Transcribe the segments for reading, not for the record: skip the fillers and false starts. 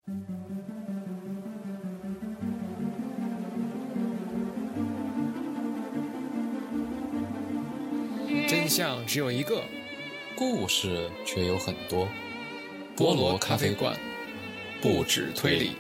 真相只有一个， 故事却有很多。 菠萝咖啡馆，不止推理。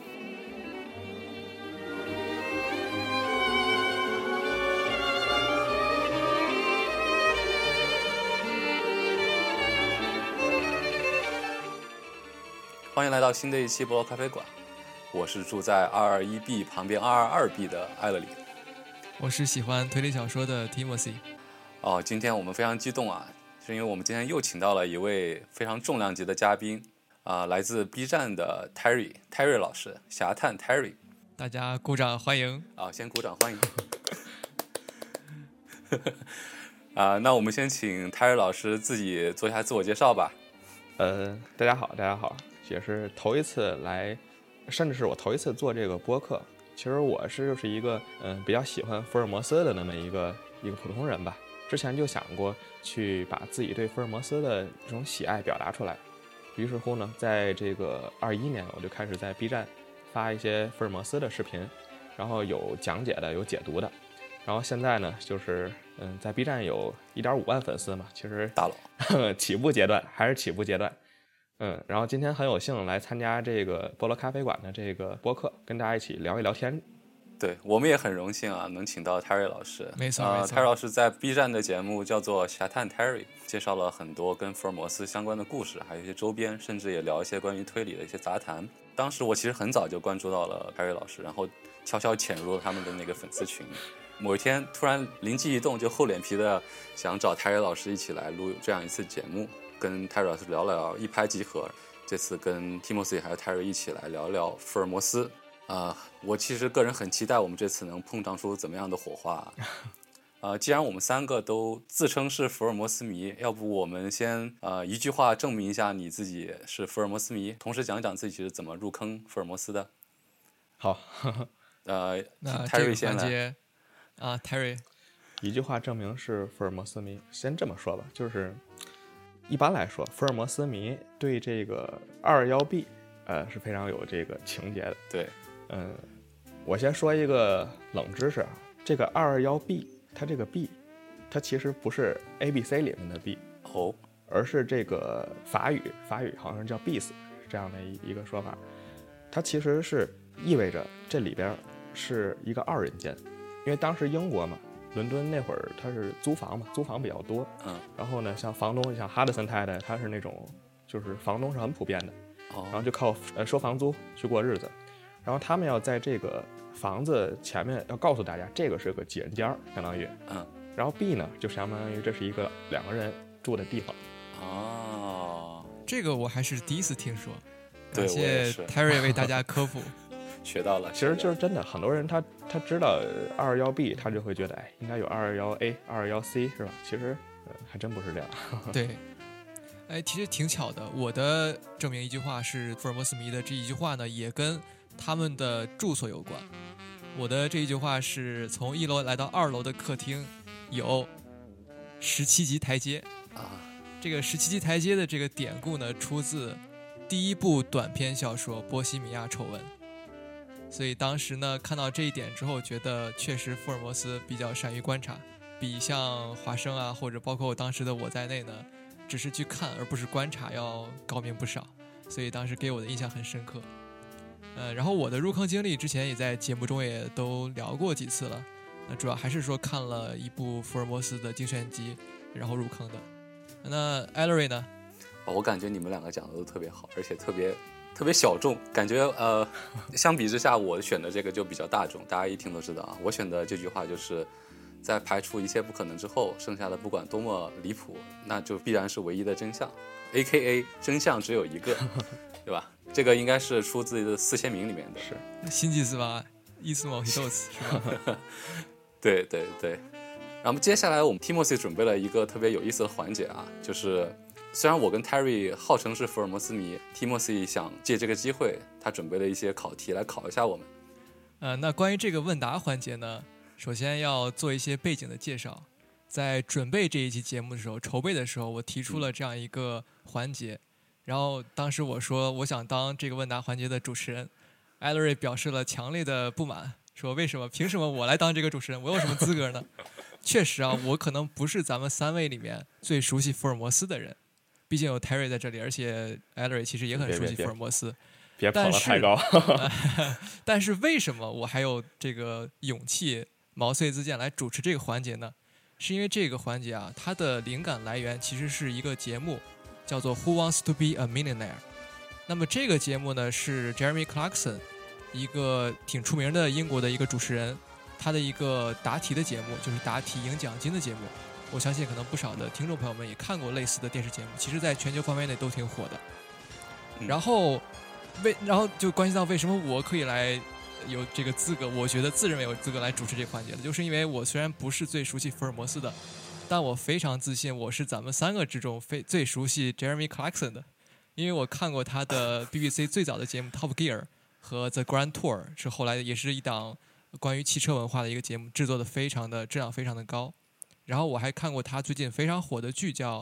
欢迎来到新的一期菠萝咖啡馆，我是住在221B 旁边222B 的艾勒里。 我是喜欢推理小说的 Timothy。 今天我们非常激动啊，是因为我们今天又请到了一位非常重量级的嘉宾来自 B 站的 Terry 老师，侠探 Terry。 大家鼓掌欢迎。 先鼓掌欢迎。那我们先请 Terry 老师自己做一下自我介绍吧。 大家好，也是头一次来，甚至是我头一次做这个播客。其实我就是一个比较喜欢福尔摩斯的那么一个普通人吧。之前就想过去把自己对福尔摩斯的这种喜爱表达出来，于是乎呢，在这个21年我就开始在 B 站发一些福尔摩斯的视频，然后有讲解的，有解读的。然后现在呢，就是在 B 站有1.5万粉丝嘛，其实大佬起步阶段还是起步阶段。然后今天很有幸来参加这个菠萝咖啡馆的这个播客，跟大家一起聊一聊天。 对，我们也很荣幸啊，能请到 Terry 老师。 没错 ，Terry 老师在 B 站的节目叫做《侠探 Terry》，介绍了很多跟福尔摩斯相关的故事，还有一些周边，甚至也聊一些关于推理的一些杂谈。当时我其实很早就关注到了 Terry 老师，然后悄悄潜入了他们的那个粉丝群。某一天突然灵机一动，就厚脸皮的想找 Terry 老师一起来录这样一次节目，跟 Terry 老师聊聊，一拍即合。这次跟 Timothy 还有 Terry 一起来聊聊福尔摩斯。我其实个人很期待我们这次能碰撞出怎么样的火花。既然我们三个都自称是福尔摩斯迷，要不我们先一句话证明一下你自己是福尔摩斯迷，同时讲讲自己是怎么入坑福尔摩斯的。 好， 那 Terry 先来Terry 一句话证明是福尔摩斯迷，先这么说吧，就是一般来说，福尔摩斯迷对这个221B是非常有这个情节的。 对， 我先说一个冷知识啊，这个221B，它这个 B， 它其实不是 ABC 里面的 B， 而是这个法语好像叫 bis 这样的一个说法。它其实是意味着这里边是一个2人间，因为当时英国嘛，伦敦那会儿它是租房嘛，租房比较多，然后呢，像房东像哈德森太太，他是那种就是房东是很普遍的。然后就靠收房租去过日子，然后他们要在这个房子前面要告诉大家这个是个几人间，相当于然后 B 呢就相当于这是一个2个人住的地方。 这个我还是第一次听说， 对， 感谢 Terry 为大家科普。 学到了。 其实就是真的，很多人他知道221B，他就会觉得应该有221A 221C 是吧？其实还真不是这样。 对。其实挺巧的，我的证明一句话是福尔摩斯迷的这一句话呢，也跟他们的住所有关。我的这一句话是从1楼来到2楼的客厅有17级台阶这个17级台阶的这个典故呢，出自第一部短篇小说《波西米亚丑闻》。所以当时呢，看到这一点之后，觉得确实福尔摩斯比较善于观察，比像华生啊，或者包括当时的我在内呢，只是去看而不是观察要高明不少，所以当时给我的印象很深刻。然后我的入坑经历之前也在节目中也都聊过几次了，主要还是说看了一部福尔摩斯的精选集然后入坑的。那 Ellery 呢？ 我感觉你们两个讲的都特别好，而且特别小众，感觉相比之下我选的这个就比较大众，大家一听都知道啊。我选的这句话就是在排除一切不可能之后，剩下的不管多么离谱，那就必然是唯一的真相 ，AKA 真相只有一个，对吧？这个应该是出自的四签名里面的， 是辛吉斯吧，伊斯莫希豆斯是吧？ 对。然后接下来我们 Timothy 准备了一个特别有意思的环节啊，就是虽然我跟 Terry 号称是福尔摩斯迷， Timothy 想借这个机会，他准备了一些考题来考一下我们。 那关于这个问答环节呢，首先要做一些背景的介绍。在准备这一期节目的时候，筹备的时候，我提出了这样一个环节， 然后当时我说我想当这个问答环节的主持人，艾德瑞表示了强烈的不满，说为什么凭什么我来当这个主持人，我有什么资格呢？确实啊，我可能不是咱们3位里面最熟悉福尔摩斯的人，毕竟有 Terry 在这里，而且艾德瑞其实也很熟悉福尔摩斯。 别跑得太高。 但是为什么我还有这个勇气毛遂自荐来主持这个环节呢？是因为这个环节啊，它的灵感来源其实是一个节目，叫做 Who Wants to Be a Millionaire。那么这个节目呢，是 Jeremy Clarkson， 一个挺出名的英国的一个主持人，他的一个答题的节目，就是答题赢奖金的节目。我相信可能不少的听众朋友们也看过类似的电视节目，其实在全球范围内都挺火的。然后就关系到为什么我可以来有这个资格，我觉得自认为有资格来主持这个环节了，就是因为我虽然不是最熟悉福尔摩斯的，但我非常自信我是咱们3个之中最熟悉 Jeremy Clarkson 的，因为我看过他的 BBC 最早的节目 Top Gear 和 The Grand Tour， 是后来也是一档关于汽车文化的一个节目，制作的质量非常的高。然后我还看过他最近非常火的剧叫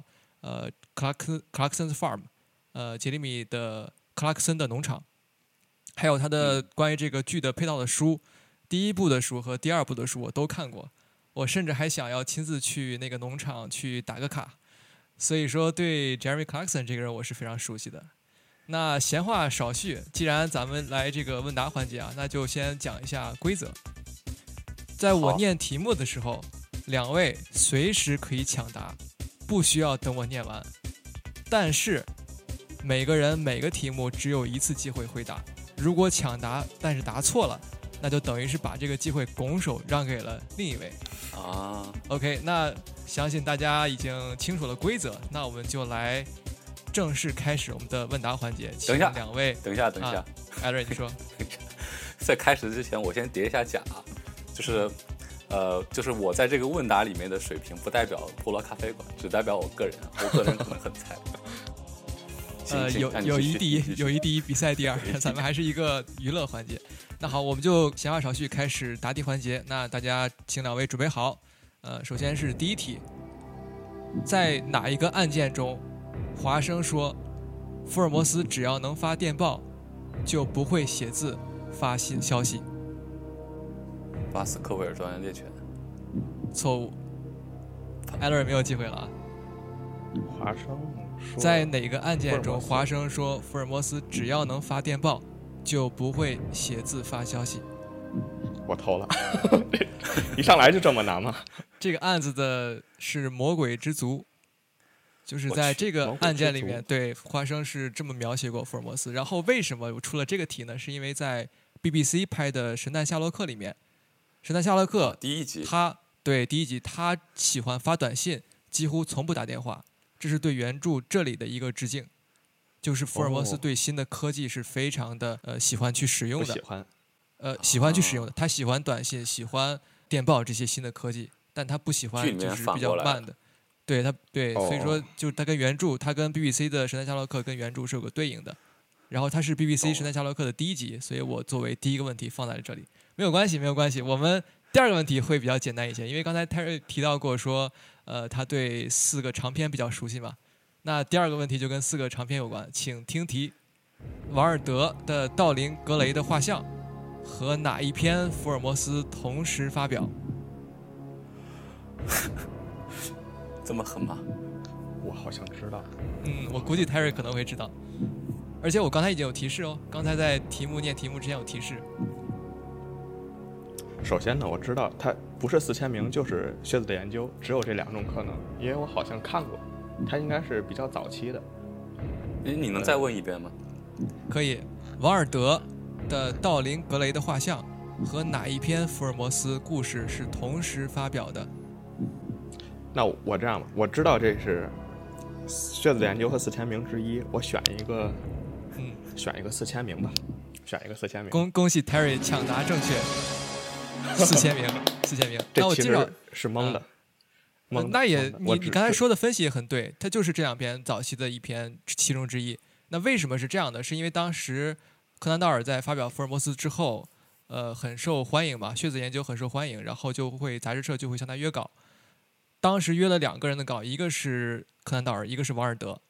Clarkson's Farm， 杰里米的克拉克森的农场，还有他的关于这个剧的配套的书，第1部的书和第2部的书我都看过，我甚至还想要亲自去那个农场去打个卡，所以说对 Jeremy Clarkson 这个人我是非常熟悉的。那闲话少叙，既然咱们来这个问答环节啊，那就先讲一下规则。在我念题目的时候，2位随时可以抢答，不需要等我念完，但是每个人每个题目只有1次机会回答，如果抢答但是答错了，那就等于是把这个机会拱手让给了另一位啊。OK， 那相信大家已经清楚了规则，那我们就来正式开始我们的问答环节。 等一下 ，2位， 等一下， 艾瑞，你说。 在开始之前，我先叠一下甲，就是我在这个问答里面的水平，不代表菠萝咖啡馆，只代表我个人，我个人可能很菜。 有一第一，比赛第2，咱们还是一个娱乐环节。那好，我们就闲话少叙，开始答题环节。那大家请2位准备好。首先是第1题，在哪一个案件中，华生说，福尔摩斯只要能发电报，就不会写字发消息？ 巴斯克维尔庄园猎犬。 错误。艾伦没有机会了啊。 华生说， 在哪个案件中，华生说福尔摩斯只要能发电报，就不会写字发消息？ 我偷了。一上来就这么难吗？ 这个案子的是魔鬼之族，就是在这个案件里面，对，华生是这么描写过福尔摩斯。然后为什么我出了这个题呢？是因为在 BBC 拍的《神探夏洛克》里面，神探夏洛克第1集， 第1集他喜欢发短信，几乎从不打电话，这是对原著这里的一个致敬。就是福尔摩斯对新的科技是非常的喜欢去使用的，喜欢去使用的。他喜欢短信，喜欢电报这些新的科技，但他不喜欢就是比较慢的。对，所以说就是他跟原著，他跟 BBC 的《神探夏洛克》跟原著是有个对应的。然后他是 BBC《神探夏洛克》的第1集，所以我作为第1个问题放在了这里。没有关系，我们第2个问题会比较简单一些，因为刚才 Terry 提到过说，他对4个长篇比较熟悉嘛。那第2个问题就跟4个长篇有关，请听题：王尔德的《道林格雷的画像》和哪一篇福尔摩斯同时发表？ 这么狠吗？ 我好像知道。 我估计 Terry 可能会知道，而且我刚才已经有提示哦，刚才在念题目之前有提示。 首先呢，我知道它不是4000名就是靴子的研究，只有这2种可能，因为我好像看过，它应该是比较早期的。 你能再问一遍吗？ 可以。王尔德的《道林格雷的画像》和哪一篇福尔摩斯故事是同时发表的？ 那我这样吧，我知道这是靴子的研究和4000名之一，我选一个4000名吧，选一个4000名。 恭喜 Terry 抢答正确，4000名。 这其实是蒙的。 那也你刚才说的分析也很对，它就是这2篇早期的一篇其中之一。那为什么是这样的？是因为当时柯南道尔在发表福尔摩斯之后，很受欢迎嘛，靴子研究很受欢迎，然后杂志社就会向他约稿。当时约了2个人的稿，一个是柯南道尔，一个是王尔德。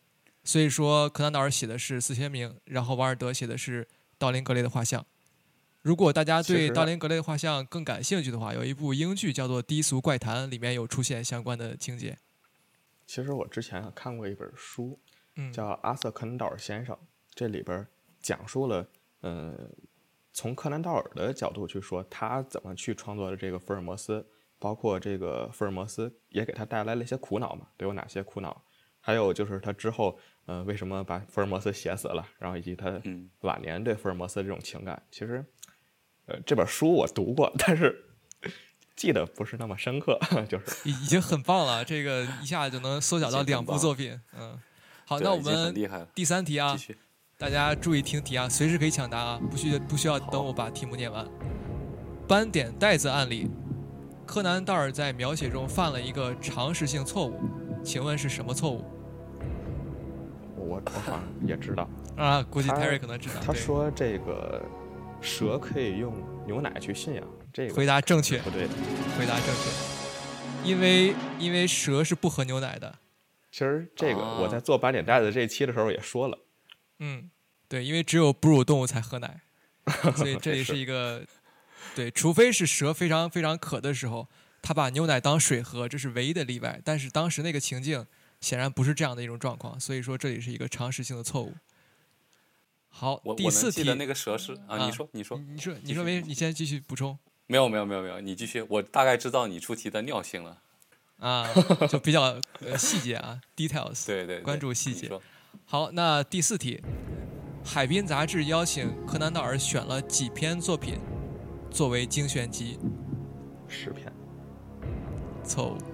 所以说柯南道尔写的是四签名，然后王尔德写的是道林格雷的画像。如果大家对道林格雷的画像更感兴趣的话，有一部英剧叫做《低俗怪谈》，里面有出现相关的情节。 其实我之前看过一本书，叫《阿瑟·柯南道尔先生》，这里边讲述了，从柯南道尔的角度去说，他怎么去创作的这个福尔摩斯，包括这个福尔摩斯也给他带来了一些苦恼嘛，都有哪些苦恼？还有就是他之后，为什么把福尔摩斯写死了，然后以及他晚年对福尔摩斯这种情感，其实，这本书我读过，但是记得不是那么深刻，就是已经很棒了，这个一下就能缩小到2部作品。好，那我们第3题啊，大家注意听题啊，随时可以抢答啊，不需要等我把题目念完。斑点袋子案里，柯南道尔在描写中犯了一个常识性错误，请问是什么错误？ 我好像也知道啊，估计 Terry 可能知道。 他说这个蛇可以用牛奶去驯养，这个回答正确， 不对， 回答正确，因为蛇是不喝牛奶的。 其实这个我在做斑点袋子这一期的时候也说了， 对，因为只有哺乳动物才喝奶，所以这里是一个对，除非是蛇非常非常渴的时候，它把牛奶当水喝，这是唯一的例外。但是当时那个情境显然不是这样的一种状况，所以说这里是一个常识性的错误。好，第4题。 我能记得那个蛇是你说没，你先继续补充。 没有，你继续。我大概知道你出题的尿性了。 就比较细节啊 ，details。 对， 关注细节。好，那第4题，海滨杂志邀请柯南道尔选了几篇作品作为精选集 ？10篇。 错误。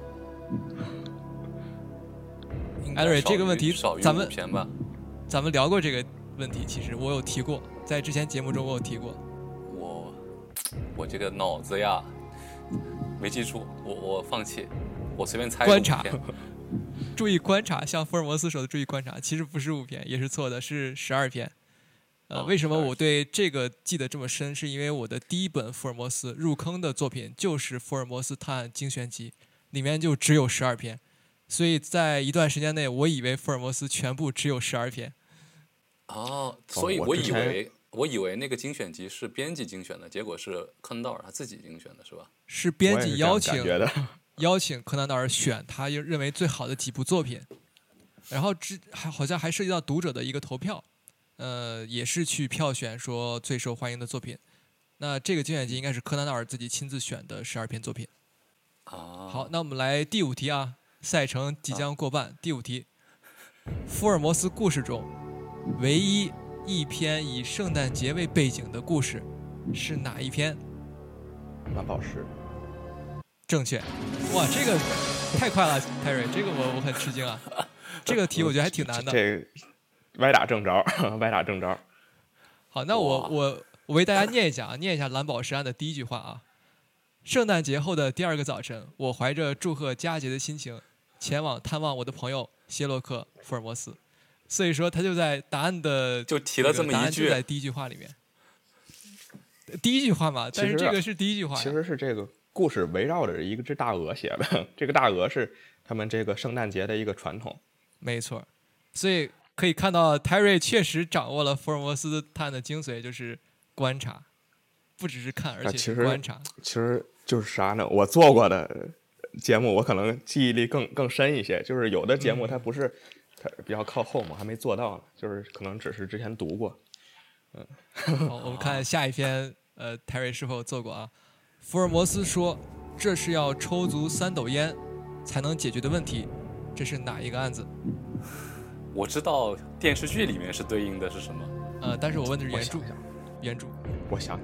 艾瑞，这个问题咱们聊过这个问题，其实我有提过，在之前节目中我有提过。 我这个脑子呀，没记住，我放弃，我随便猜。 观察，注意观察，像福尔摩斯说的注意观察，其实不是5篇，也是错的，是12篇。为什么我对这个记得这么深？是因为我的第1本福尔摩斯入坑的作品就是《福尔摩斯探案精选集》，里面就只有12篇，所以在一段时间内，我以为福尔摩斯全部只有12篇。 所以我以为那个精选集是编辑精选的，结果是柯南道尔他自己精选的，是吧？ 是编辑邀请柯南道尔选他认为最好的几部作品，然后好像还涉及到读者的一个投票，也是去票选说最受欢迎的作品。那这个精选集应该是柯南道尔自己亲自选的12篇作品。好，那我们来第5题啊，赛程即将过半。第5题，福尔摩斯故事中唯一一篇以圣诞节为背景的故事是哪一篇？ 蓝宝石。 正确。哇，这个太快了 ，Terry， 这个我很吃惊啊。这个题我觉得还挺难的。 这歪打正着，歪打正着。 好，那我为大家念一下蓝宝石案的第1句话啊。圣诞节后的第2个早晨，我怀着祝贺佳节的心情，前往探望我的朋友谢洛克·福尔摩斯。所以说，他就在答案的就提了这么一句， 就在第1句话里面。第1句话嘛，但是这个是第1句话。 其实是这个故事围绕着一只大鹅写的，这个大鹅是他们这个圣诞节的一个传统。 没错，所以可以看到Terry确实掌握了福尔摩斯探案的精髓，就是观察，不只是看，而且是观察。 其实就是啥呢？我做过的节目，我可能记忆力更深一些。就是有的节目它不是，它比较靠后嘛，还没做到呢，就是可能只是之前读过。 好，我们看下一篇，Terry 是否做过啊？福尔摩斯说，这是要抽足3斗烟才能解决的问题，这是哪一个案子？ 我知道电视剧里面是对应的是什么， 但是我问的是原著。原著。 我想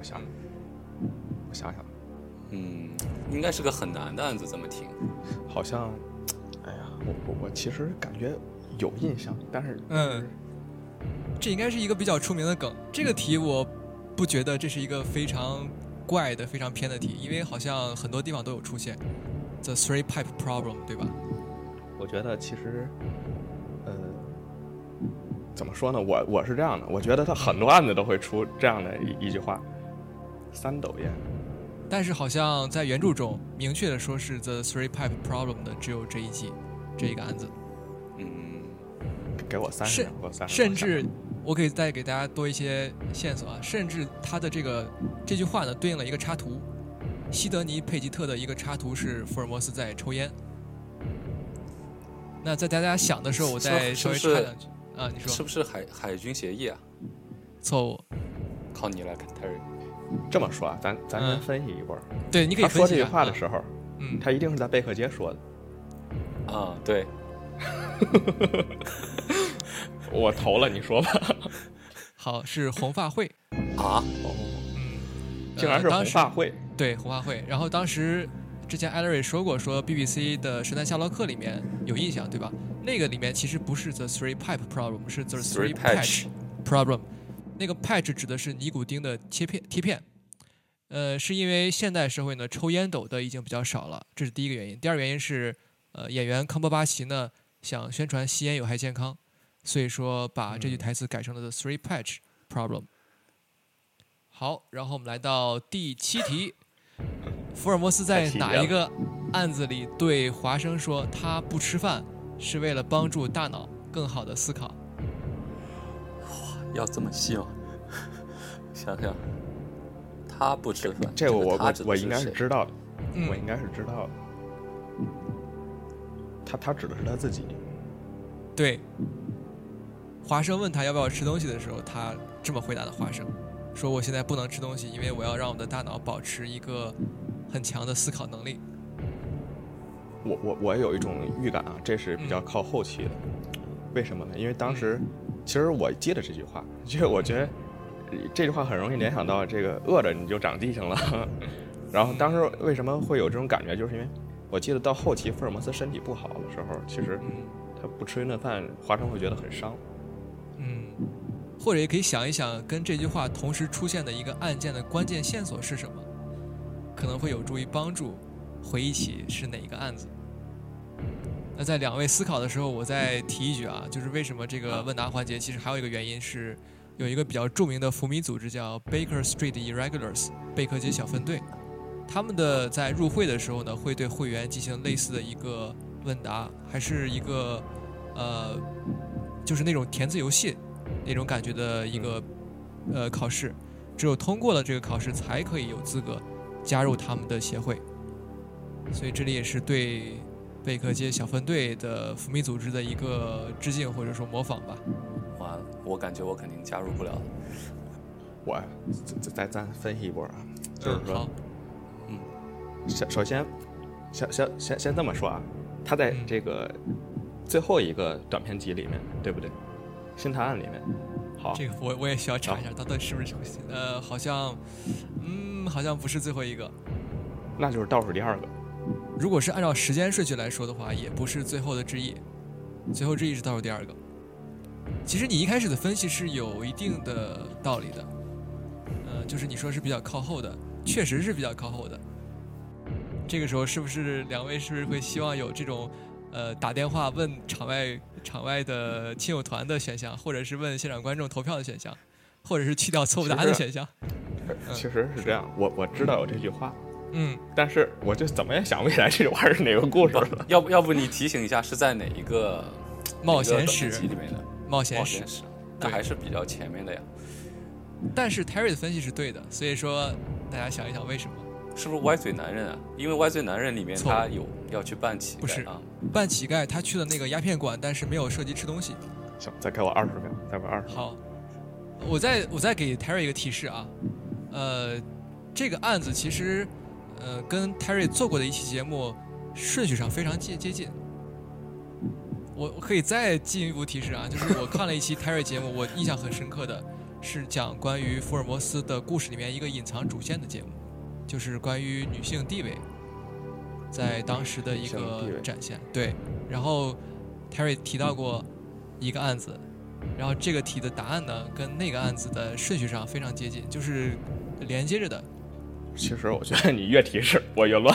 想， 应该是个很难的案子，这么听。 好像，哎呀，我其实感觉有印象，但是这应该是一个比较出名的梗。这个题我不觉得这是一个非常怪的、非常偏的题，因为好像很多地方都有出现。The Three Pipe Problem， 对吧？ 我觉得其实，怎么说呢？我是这样的，我觉得他很多案子都会出这样的一句话：3斗烟。 但是好像在原著中明确的说是 The Three Pipe Problem 的只有这一集，这一个案子。 给我30秒， 甚至我可以再给大家多一些线索啊，甚至他的这句话呢对应了一个插图，西德尼·佩吉特的一个插图是福尔摩斯在抽烟。那在大家想的时候，我再稍微插两句啊，你说是不是海军协议啊？ 错误， 靠你来看 Terry。 这么说啊，咱先分析一会儿。 对，你可以分析他说这句话的时候，他一定是在贝克街说的。 啊，对。 我投了，你说吧。 好，是红发会啊， 竟然是红发会。 对，红发会。然后当时之前艾勒瑞说过，说 BBC 的《神探夏洛克》里面有印象，对吧？那个里面其实不是 The Three Pipe Problem， 是 The Three Patch Problem。那个 patch 指的是尼古丁的贴片。是因为现代社会呢，抽烟斗的已经比较少了，这是第一个原因。第二个原因是，演员康伯巴奇呢想宣传吸烟有害健康，所以说把这句台词改成了 The Three Patch Problem。好，然后我们来到第7题，福尔摩斯在哪一个案子里对华生说他不吃饭是为了帮助大脑更好的思考？ 哇，要这么细吗？想想。他不吃饭， 这个我应该是知道的，我应该是知道的。他指的是他自己。 对，华生问他要不要吃东西的时候，他这么回答的：华生说：“我现在不能吃东西，因为我要让我的大脑保持一个很强的思考能力。” 我有一种预感啊，这是比较靠后期的。为什么呢？因为当时其实我记得这句话，因为我觉得。这句话很容易联想到这个饿着你就长记性了，然后当时为什么会有这种感觉，就是因为我记得到后期福尔摩斯身体不好的时候，其实他不吃一顿饭，华生会觉得很伤。 或者也可以想一想，跟这句话同时出现的一个案件的关键线索是什么，可能会有助于帮助回忆起是哪一个案子。那在两位思考的时候，我再提一句啊，就是为什么这个问答环节其实还有一个原因是。有一个比较著名的腐迷组织叫 Baker Street Irregulars 贝克街小分队，他们的在入会的时候呢，会对会员进行类似的一个问答，还是一个就是那种填字游戏那种感觉的一个考试，只有通过了这个考试才可以有资格加入他们的协会，所以这里也是对贝克街小分队的腐迷组织的一个致敬或者说模仿吧。 完了，我感觉我肯定加入不了了。 我咱分析一波啊，就是说，首先，先这么说啊，他在这个最后一个短篇集里面，对不对？新探案里面，好， 这个我也需要查一下，他到底是不是好像，好像不是最后一个， 那就是倒数第2个。 如果是按照时间顺序来说的话，也不是最后的之一，最后之一是倒数第2个。其实你一开始的分析是有一定的道理的，就是你说是比较靠后的，确实是比较靠后的。这个时候是不是两位是不是会希望有这种打电话问场外的亲友团的选项，或者是问现场观众投票的选项，或者是去掉错误答案的选项？ 其实是这样，我知道有这句话，但是我就怎么也想不起来这句话是哪个故事了。 要不你提醒一下是在哪一个冒险史里面的？ 冒险史， 那还是比较前面的呀。 但是 Terry 的分析是对的，所以说大家想一想为什么？ 是不是歪嘴男人啊？因为歪嘴男人里面他有要去扮乞丐， 不是扮乞丐，他去了那个鸦片馆，但是没有涉及吃东西。 行，再给我20秒，再给我20秒。 好，我再给 Terry 一个提示啊，这个案子其实跟 Terry 做过的一期节目顺序上非常接近。我可以再进一步提示啊，就是我看了一期 Terry 节目，我印象很深刻的是讲关于福尔摩斯的故事里面一个隐藏主线的节目，就是关于女性地位在当时的一个展现。对，然后 Terry 提到过一个案子，然后这个题的答案呢跟那个案子的顺序上非常接近，就是连接着的。 其实我觉得你越提示我越乱。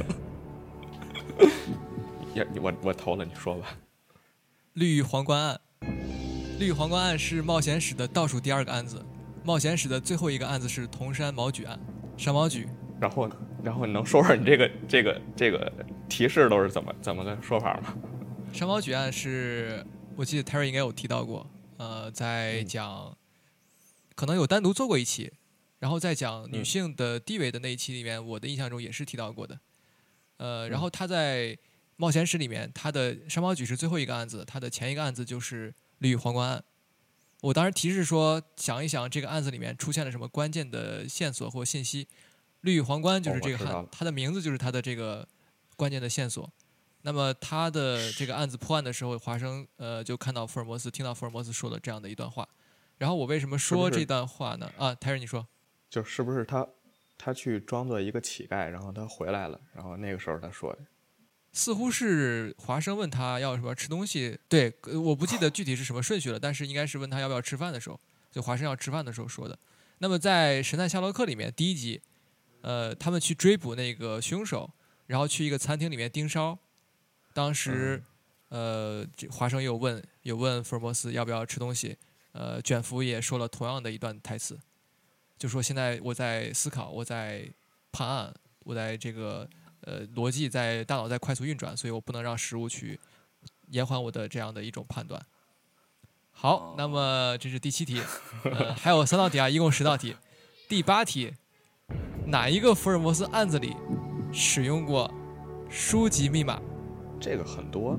我投了，你说吧。 绿玉皇冠案，绿玉皇冠案是冒险史的倒数第2个案子，冒险史的最后一个案子是铜山毛举案，山毛举。 然后你能说说你这个提示都是怎么个说法吗？ 山毛举案是我记得 Terry 应该有提到过，在讲，可能有单独做过一期，然后在讲女性的地位的那一期里面，我的印象中也是提到过的。然后他在冒险史里面，他的商标举是最后一个案子，他的前一个案子就是绿玉皇冠案。我当时提示说，想一想这个案子里面出现了什么关键的线索或信息。绿玉皇冠就是这个他的名字就是他的这个关键的线索。那么他的这个案子破案的时候，华生就看到福尔摩斯，听到福尔摩斯说了这样的一段话。然后我为什么说这段话呢？泰瑞你说， 就是不是他去装作一个乞丐，然后他回来了，然后那个时候他说的， 似乎是华生问他要什么吃东西，对，我不记得具体是什么顺序了，但是应该是问他要不要吃饭的时候，就华生要吃饭的时候说的。那么在《神探夏洛克》里面第一集，他们去追捕那个凶手，然后去一个餐厅里面盯梢，当时华生有问福尔摩斯要不要吃东西，卷福也说了同样的一段台词。就说现在我在思考，我在判案，我在这个逻辑在大脑在快速运转，所以我不能让食物去延缓我的这样的一种判断。好，那么这是第7题，还有3道题啊，一共10道题。第8题，哪一个福尔摩斯案子里使用过书籍密码？ 这个很多，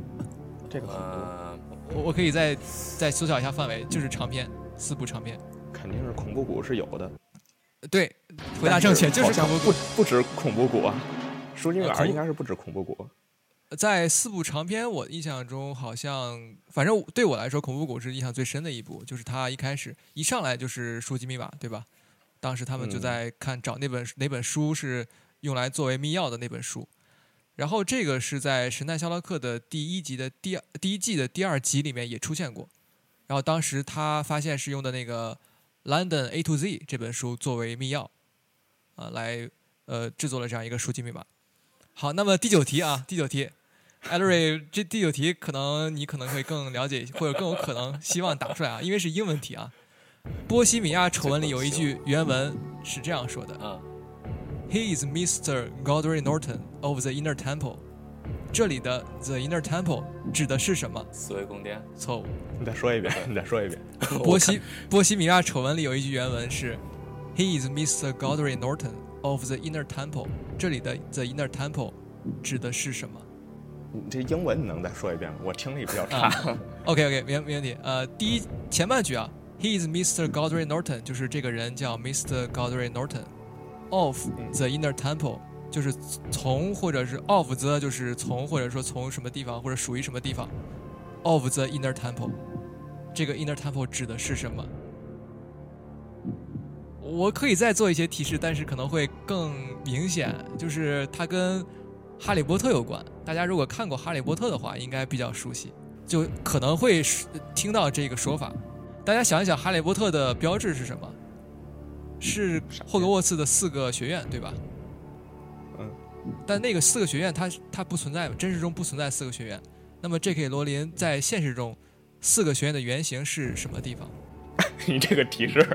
我可以再缩小一下范围，就是长篇，4部长篇。 肯定是恐怖谷是有的。 对，回答正确，就是恐怖谷。 不止恐怖谷啊，书籍密码应该是不止恐怖谷。 在4部长篇，我印象中好像，反正对我来说，恐怖谷是印象最深的一部，就是他一开始一上来就是书籍密码，对吧？当时他们就在找哪本书是用来作为密钥的那本书。然后这个是在《神探夏洛克》的第1季的第2集里面也出现过。然后当时他发现是用的那个London A to Z 这本书作为密钥，来制作了这样一个书籍密码。好，那么第9题啊，第9题，艾德瑞，这第9题你可能会更了解，或者更有可能希望答出来啊，因为是英文题啊。波西米亚丑闻里有一句原文是这样说的：“He is Mr. Godfrey Norton of the Inner Temple。”这里的 The Inner Temple 指的是什么？ 死维宫殿。 错误。 你再说一遍。 波西米亚丑闻里有一句原文是 He is Mr. Godfrey Norton of the Inner Temple。这里的 The Inner Temple 指的是什么？ 你这英文你能再说一遍吗？我听力比较差。 OK， 没问题。前半句啊 ，He is Mr. Godfrey Norton， 就是这个人叫 Mr. Godfrey Norton of the Inner Temple。就是从或者是 of the 就是从或者说从什么地方或者属于什么地方 of the inner temple， 这个 inner temple 指的是什么？我可以再做一些提示，但是可能会更明显，就是它跟哈利波特有关。大家如果看过哈利波特的话，应该比较熟悉，就可能会听到这个说法。大家想一想，哈利波特的标志是什么？是霍格沃茨的4个学院，对吧？但那个4个学院它不存在，真实中不存在4个学院。那么 J.K. 罗琳在现实中4个学院的原型是什么地方？ 你这个提示，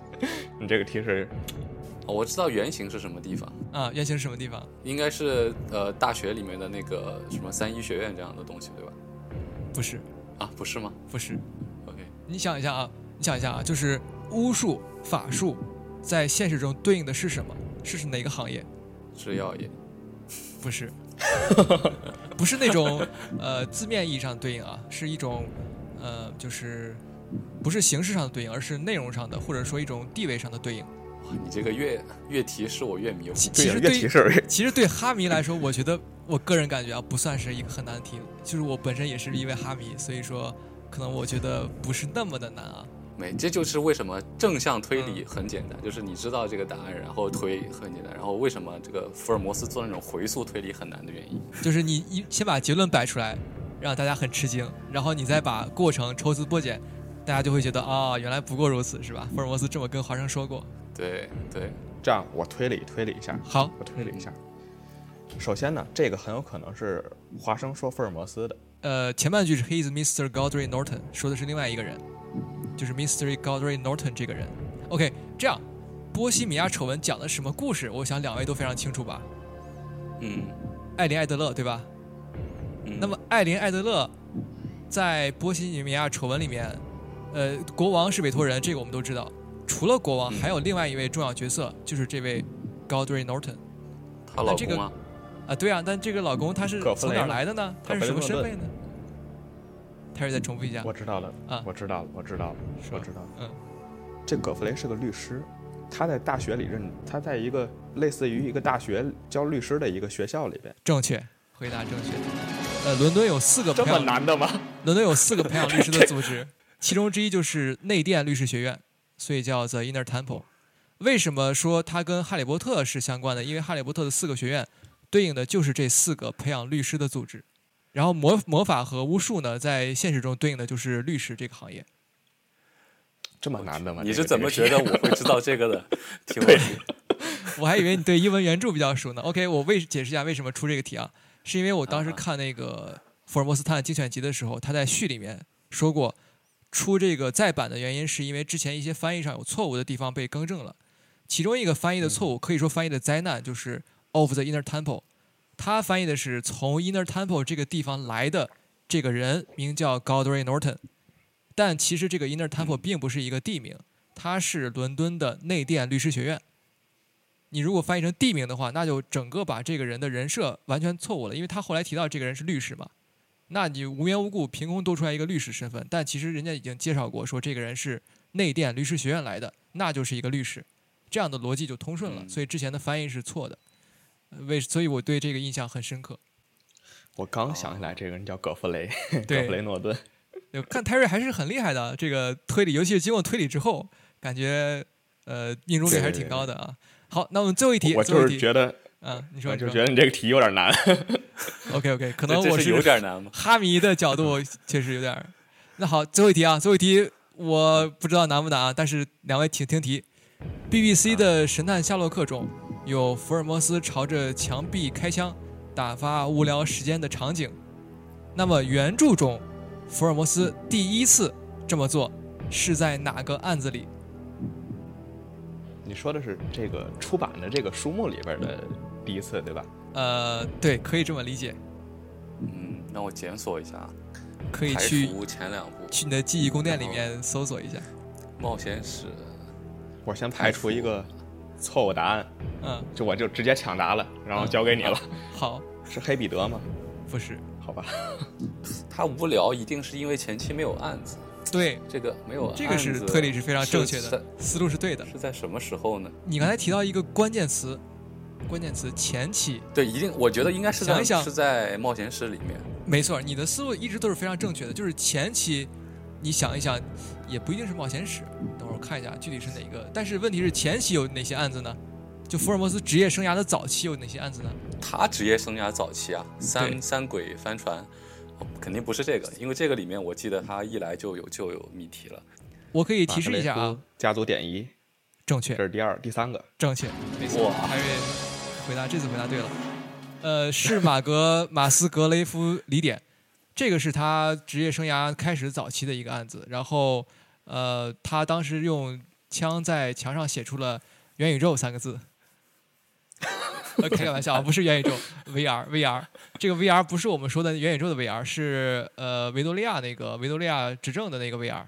我知道原型是什么地方啊？原型是什么地方？ 应该是大学里面的那个什么3一学院这样的东西，对吧？ 不是啊，不是吗？ 不是。 OK， 你想一下啊，就是巫术、法术在现实中对应的是什么？是哪个行业？ 制药业。 不是，不是那种字面意义上的对应啊，是一种就是不是形式上的对应，而是内容上的，或者说一种地位上的对应。 你这个越提示我越迷糊。 其实对哈迷来说，我觉得我个人感觉啊，不算是一个很难题，就是我本身也是一位哈迷，所以说可能我觉得不是那么的难啊。 这就是为什么正向推理很简单，就是你知道这个答案，然后推很简单，然后为什么这个福尔摩斯做那种回溯推理很难的原因， 就是你先把结论摆出来，让大家很吃惊，然后你再把过程抽丝剥茧，大家就会觉得原来不过如此，是吧？福尔摩斯这么跟华生说过。 对， 这样我推理一下。 好， 我推理一下。首先呢，这个很有可能是华生说福尔摩斯的。 前半句是 He is Mr. Godfrey Norton， 说的是另外一个人。就是 Mr. Godfrey Norton 这个人。OK， 这样，波西米亚丑闻讲的什么故事？我想2位都非常清楚吧？艾琳·艾德勒，对吧？那么艾琳·艾德勒在波西米亚丑闻里面，国王是委托人，这个我们都知道。除了国王，还有另外一位重要角色，就是这位 Gaudry Norton。 她老公啊？ 对啊，但这个老公他是从哪儿来的呢？他是什么身份呢？Terry 再重复一下。 我知道了啊，我知道了。这葛弗雷是个律师，他在大学里他在一个类似于一个大学教律师的一个学校里边。 正确，回答正确。伦敦有4个这么难的吗？ 伦敦有4个培养律师的组织，其中之一就是内殿律师学院，所以叫 The Inner Temple。为什么说它跟哈利波特是相关的？因为哈利波特的4个学院对应的就是这4个培养律师的组织，然后魔法和巫术呢，在现实中对应的就是律师这个行业。 这么难的吗？ 你是怎么觉得我会知道这个的？提问题。 我还以为你对英文原著比较熟呢。OK， 我解释一下为什么出这个题啊，是因为我当时看那个福尔摩斯探案精选集的时候，他在序里面说过，出这个再版的原因是因为之前一些翻译上有错误的地方被更正了。其中一个翻译的错误，可以说翻译的灾难，就是 of the inner temple。他翻译的是从 inner temple 这个地方来的这个人名叫 Gaudry Norton， 但其实这个 inner temple 并不是一个地名，它是伦敦的内殿律师学院。你如果翻译成地名的话，那就整个把这个人的人设完全错误了，因为他后来提到这个人是律师嘛，那你无缘无故凭空多出来一个律师身份，但其实人家已经介绍过说这个人是内殿律师学院来的，那就是一个律师，这样的逻辑就通顺了，所以之前的翻译是错的。所以我对这个印象很深刻。 我刚想起来这个人叫葛弗雷，葛弗雷诺顿。 看 Terry 还是很厉害的，这个推理，尤其是经过推理之后，感觉命中率还是挺高的啊。好，那我们最后一题， 我就是觉得， 你说， 我就觉得你这个题有点难。 OK， 可能我是有点难吗？ 哈迷的角度确实有点。那好，最后一题啊，最后一题我不知道难不难啊，但是两位请听题。BBC 的《神探夏洛克》中有福尔摩斯朝着墙壁开枪，打发无聊时间的场景。那么原著中，福尔摩斯第一次这么做是在哪个案子里？ 你说的是这个出版的这个书目里边的第一次，对吧？ 对，可以这么理解。 让我检索一下， 可以去前2部， 去你的记忆宫殿里面搜索一下。 冒险史， 我先排除一个错误答案，我就直接抢答了，然后交给你了。 好， 是黑彼得吗？ 不是， 好吧。 他无聊一定是因为前期没有案子。 对， 这个没有案子， 这个是推理是非常正确的，思路是对的。 是在什么时候呢？ 你刚才提到一个关键词前期。 对，一定，我觉我觉得应该是在想是在冒险史里面。 没错，你的思路一直都是非常正确的，就是前期，你想一想，也不一定是冒险史。等会儿我看一下具体是哪个。但是问题是前期有哪些案子呢？就福尔摩斯职业生涯的早期有哪些案子呢？ 他职业生涯早期啊，三轨帆船。肯定不是这个，因为这个里面我记得他一来就有谜题了。 我可以提示一下啊， 家族典仪， 正确， 这是第3个， 正确，没错。还是这次回答对了。是马斯格雷夫疑点，这个是他职业生涯开始早期的一个案子。然后他当时用枪在墙上写出了“元宇宙”3个字。开个玩笑，不是元宇宙 VR， 这个 VR 不是我们说的元宇宙的 VR， 是维多利亚执政的那个 VR。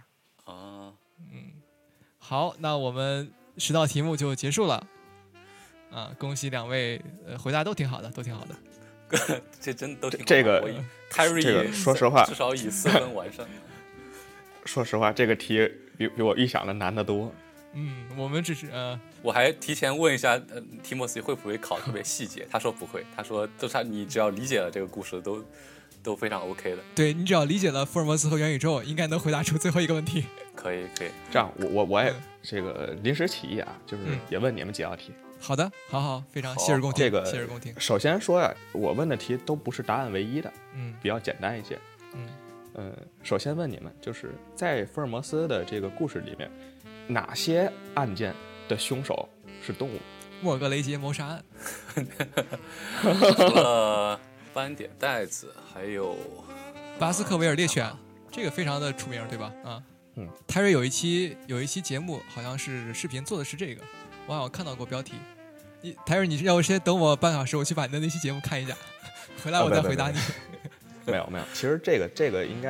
好，那我们10道题目就结束了。恭喜2位，回答都挺好的，都挺好的。 这真都挺好的。 这个 Terry 说实话， 至少以4分完胜。 说实话，这个题比我预想的难得多。 我们只是我还提前问一下提莫西会不会考特别细节，他说不会，他说你只要理解了这个故事都非常 OK 的。 对，你只要理解了福尔摩斯和元宇宙，应该能回答出最后一个问题。 可以。 这样我也这个临时起意啊，就是也问你们几道题。 好的，好，非常洗耳恭听。 这个洗耳恭听。 首先说呀，我问的题都不是答案唯一的，比较简单一些。首先问你们，就是在福尔摩斯的这个故事里面，哪些案件的凶手是动物？ 莫格雷杰谋杀案。 除了斑点袋子，还有巴斯克维尔猎犬，这个非常的出名，对吧？泰瑞有一期节目，好像是视频做的是这个，我好像看到过标题。泰瑞，你要不先等我半小时，我去把你的那期节目看一下，回来我再回答你。 没有，其实这个应该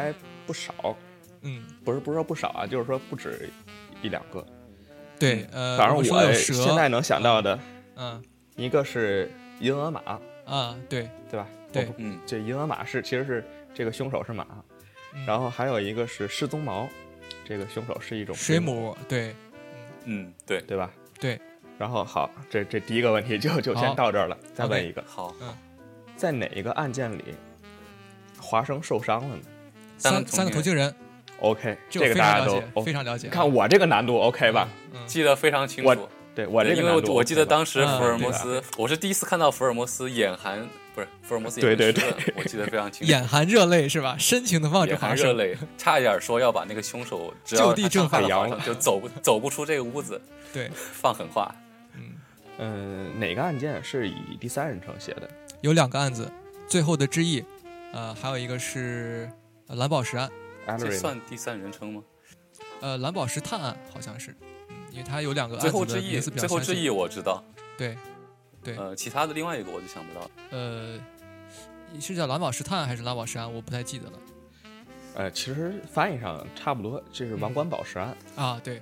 不少，不是说不少啊，就是说不止1-2个。 对， 反正我现在能想到的，一个是银额马啊，对吧？ 对， 这银额马其实是这个凶手是马，然后还有一个是失踪毛，这个凶手是一种水母，对， 对吧？ 对。 然后好，这第一个问题就先到这儿了，再问一个， 好， 在哪一个案件里华生受伤了呢 ？3个同情人。 OK， 这个大家都非常了解。 看我这个难度 OK 吧？ 记得非常清楚。 我这个难度， 因为我记得当时福尔摩斯，我是第一次看到福尔摩斯眼含，不是福尔摩斯眼含湿润，我记得非常清楚。 眼含热泪是吧？深情的望着华生， 眼含热泪，差一点说要把那个凶手就地正法， 就走不出这个屋子。 对， 放狠话。 哪个案件是以第三人称写的？ 有2个案子，最后的之役，还有一个是蓝宝石案。 这算第三人称吗？ 蓝宝石探案好像是，因为它有2个案子最后之役，最后之役我知道。 对。 其他的另外一个我就想不到。 是叫蓝宝石探案还是蓝宝石案？我不太记得了。 其实翻译上差不多，这是王冠宝石案啊。对，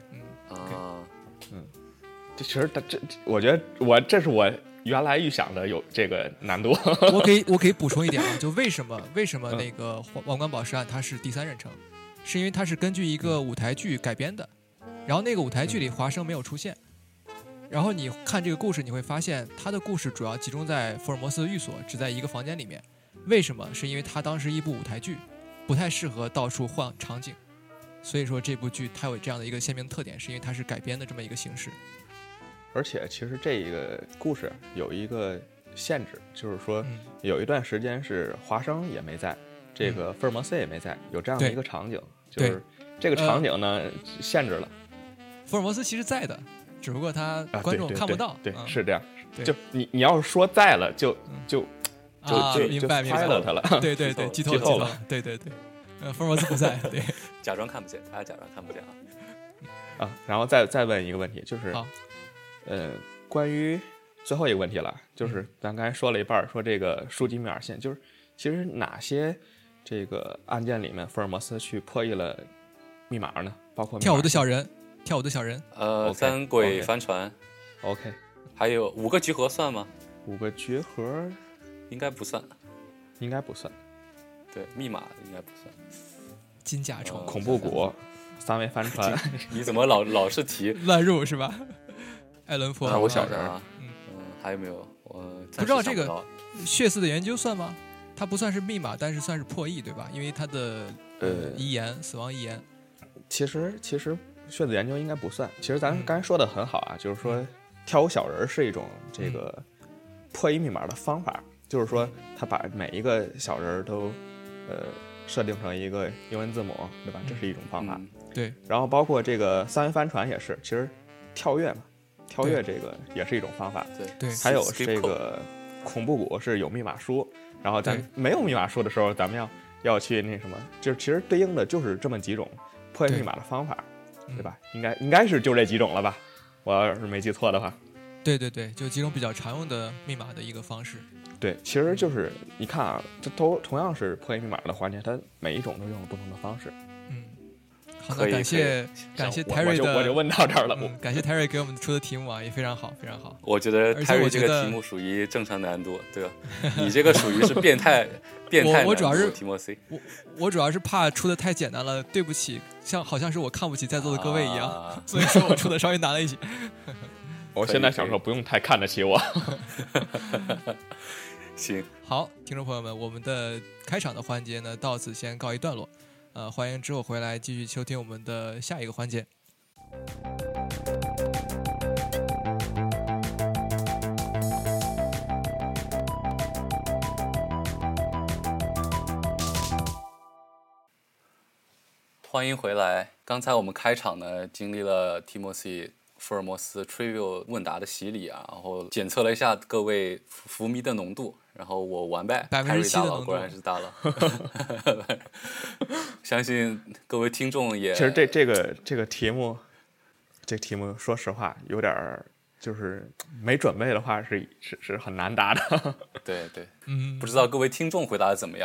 这其实我觉得这是我原来预想的有这个难度。 我可以补充一点啊，就为什么那个王冠宝石案它是第三人称，是因为它是根据一个舞台剧改编的，然后那个舞台剧里华生没有出现，然后你看这个故事你会发现他的故事主要集中在福尔摩斯的寓所，只在一个房间里面。为什么？是因为他当时一部舞台剧不太适合到处换场景，所以说这部剧它有这样的一个鲜明特点，是因为它是改编的这么一个形式。 而且其实这个故事有一个限制，就是说有一段时间是华生也没在，这个福尔摩斯也没在，有这样的一个场景，就是这个场景呢限制了。 福尔摩斯其实在的，只不过他观众看不到。 对，是这样。就你要是说在了，就明白了他了。 对，剧透了。对，福尔摩斯不在，对， 假装看不见，他假装看不见啊。然后再问一个问题，就是关于最后一个问题了，就是咱刚才说了一半，说这个数级密码线，就是其实哪些这个案件里面福尔摩斯去破译了密码呢？包括跳舞的小人三鬼帆船 ，OK， 还有5个橘盒算吗 ？5个橘盒应该不算，对，密码应该不算。 金甲虫、 恐怖谷、3维帆船， 你怎么老是提乱入是吧？艾伦坡， 我小人啊， 还有没有？我不知道这个血丝的研究算吗？它不算是密码，但是算是破译，对吧？因为它的遗言，死亡遗言。 其实血丝研究应该不算。其实咱刚才说的很好啊，就是说跳舞小人是一种这个破译密码的方法，就是说他把每一个小人都设定成一个英文字母，对吧？这是一种方法。 对。 然后包括这个3维帆船也是，其实跳跃这个也是一种方法。 对。 还有这个恐怖谷是有密码书，然后咱没有密码书的时候，咱们要去那什么，就是其实对应的就是这么几种破译密码的方法，对吧？应该是就这几种了吧？我要是没记错的话。 对，就几种比较常用的密码的一个方式。 对，其实就是你看啊，这都同样是破译密码的环节，它每一种都用了不同的方式。 好，那感谢 Terry 的， 我就问到这儿了。 感谢 Terry 给我们出的题目啊，也非常好，非常好。 我觉得 Terry 这个题目属于正常难度，对吧？你这个属于是变态难度。 我主要是题目 C， 我主要是怕出的太简单了，对不起，好像是我看不起在座的各位一样，所以说我出的稍微难了一些。 我现在想说，不用太看得起我。 行， 好，听众朋友们，我们的开场的环节呢，到此先告一段落。欢迎之后回来继续收听我们的下一个环节。 欢迎回来。刚才我们开场呢，经历了提莫西·福尔摩斯 Trivial 问答的洗礼啊，然后检测了一下各位福迷的浓度，然后我完败 ，87% 大佬果然是大佬。相信各位听众也， 其实这个题目，说实话有点就是没准备的话是很难答的。 对，不知道各位听众回答的怎么样啊？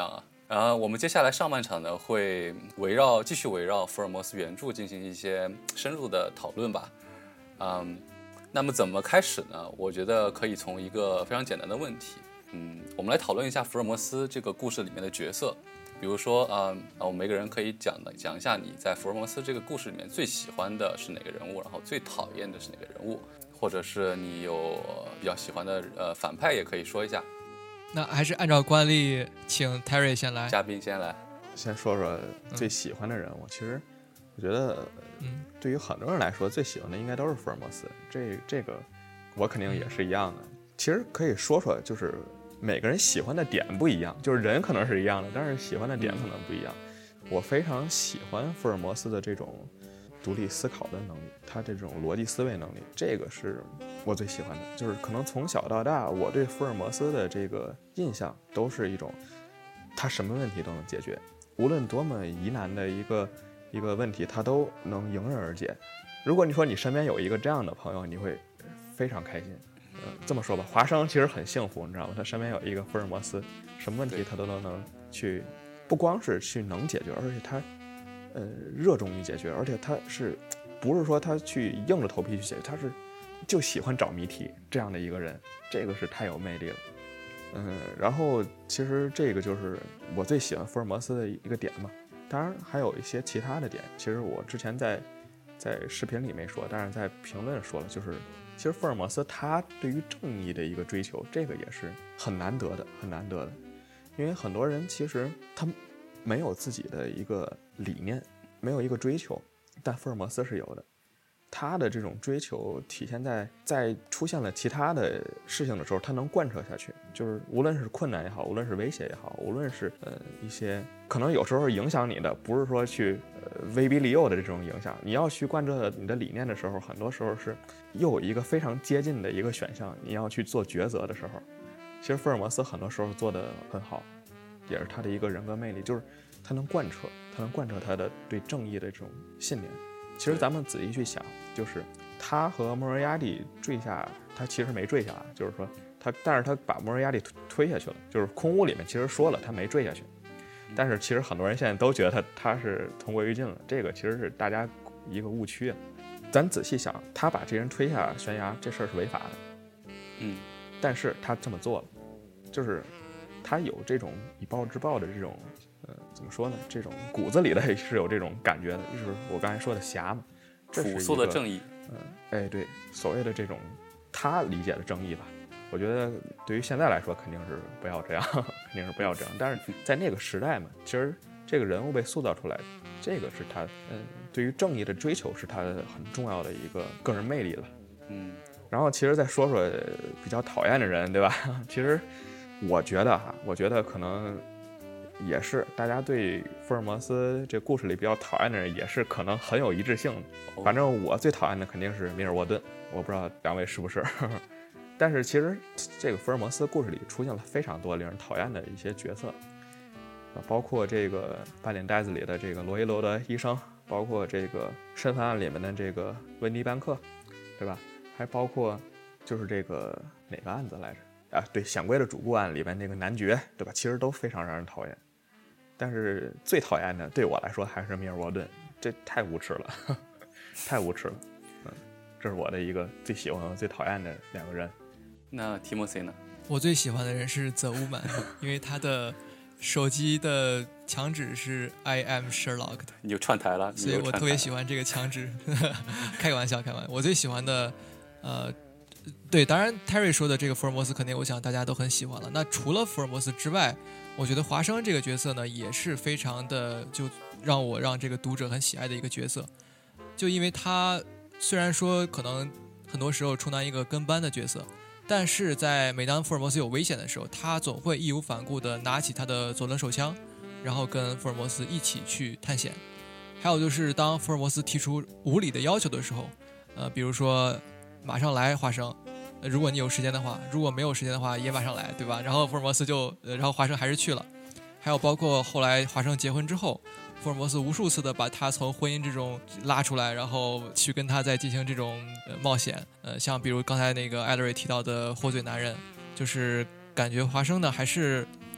我们接下来上半场呢，会继续围绕福尔摩斯原著进行一些深入的讨论吧。那么怎么开始呢？我觉得可以从一个非常简单的问题，我们来讨论一下福尔摩斯这个故事里面的角色。比如说，我们每个人可以讲一下你在福尔摩斯这个故事里面最喜欢的是哪个人物，然后最讨厌的是哪个人物，或者是你有比较喜欢的反派也可以说一下。 那还是按照惯例，请 Terry 先来， 嘉宾先来， 先说说最喜欢的人物。其实我觉得，对于很多人来说，最喜欢的应该都是福尔摩斯。这个我肯定也是一样的。其实可以说说，就是每个人喜欢的点不一样，就是人可能是一样的，但是喜欢的点可能不一样。我非常喜欢福尔摩斯的这种独立思考的能力，他这种逻辑思维能力，这个是我最喜欢的。就是可能从小到大，我对福尔摩斯的这个印象都是一种，他什么问题都能解决，无论多么疑难的一个问题，他都能迎刃而解。如果你说你身边有一个这样的朋友，你会非常开心。这么说吧，华生其实很幸福，你知道吗？他身边有一个福尔摩斯，什么问题他都能去，不光是去能解决，而且他热衷于解决，而且他不是说他去硬着头皮去解决，他是就喜欢找谜题这样的一个人，这个是太有魅力了。然后其实这个就是我最喜欢福尔摩斯的一个点嘛。当然还有一些其他的点，其实我之前在视频里没说，但是在评论说了，就是其实福尔摩斯他对于正义的一个追求，这个也是很难得的，因为很多人其实他没有自己的一个理念，没有一个追求，但福尔摩斯是有的。他的这种追求体现在出现了其他的事情的时候，他能贯彻下去，就是无论是困难也好，无论是威胁也好，无论是一些可能有时候影响你的，不是说去威逼利诱的这种影响，你要去贯彻你的理念的时候，很多时候是又有一个非常接近的一个选项，你要去做抉择的时候，其实福尔摩斯很多时候做得很好，也是他的一个人格魅力，就是他能贯彻他的对正义的这种信念。其实咱们仔细去想，就是他和莫瑞亚蒂坠下，他其实没坠下，就是说但是他把莫瑞亚蒂推下去了，就是空屋里面其实说了他没坠下去，但是其实很多人现在都觉得他是同归于尽了，这个其实是大家一个误区。咱仔细想，他把这人推下悬崖这事儿是违法的，但是他这么做了，就是他有这种以暴制暴的这种怎么说呢？这种骨子里的是有这种感觉的，就是我刚才说的侠嘛， 朴素的正义。 对，所谓的这种他理解的正义吧。我觉得对于现在来说，肯定是不要这样，但是在那个时代嘛，其实这个人物被塑造出来，这个是他对于正义的追求是他很重要的一个个人魅力了。然后其实再说说比较讨厌的人，对吧？其实我觉得可能。也是大家对福尔摩斯这故事里比较讨厌的人，也是可能很有一致性的。反正我最讨厌的肯定是米尔沃顿，我不知道两位是不是。但是其实这个福尔摩斯故事里出现了非常多令人讨厌的一些角色，包括这个八点袋子里的这个罗伊罗的医生，包括这个身份案里面的这个温迪班克，对吧？还包括就是这个哪个案子来着？对，显贵的主顾案里面那个男爵，对吧？其实都非常让人讨厌。但是最讨厌的对我来说还是米尔沃顿，这太无耻了，太无耻了。这是我的一个最喜欢和最讨厌的两个人。 那提莫西呢？ 我最喜欢的人是泽乌曼，因为他的手机的墙纸是 I am Sherlock 的。 你就串台了， 所以我特别喜欢这个墙纸。开个玩笑。我最喜欢的对，当然 Terry 说的这个福尔摩斯肯定我想大家都很喜欢了。那除了福尔摩斯之外，我觉得华生这个角色呢也是非常的就让这个读者很喜爱的一个角色，就因为他虽然说可能很多时候充当一个跟班的角色，但是每当福尔摩斯有危险的时候，他总会义无反顾地拿起他的左轮手枪，然后跟福尔摩斯一起去探险。还有就是当福尔摩斯提出无理的要求的时候，比如说马上来华生，如果你有时间的话，如果没有时间的话也马上来，对吧？然后福尔摩斯然后华生还是去了。还有包括后来华生结婚之后，福尔摩斯无数次的把他从婚姻之中拉出来，然后去跟他再进行这种冒险。像比如刚才那个艾德瑞提到的祸罪男人，就是感觉华生呢还是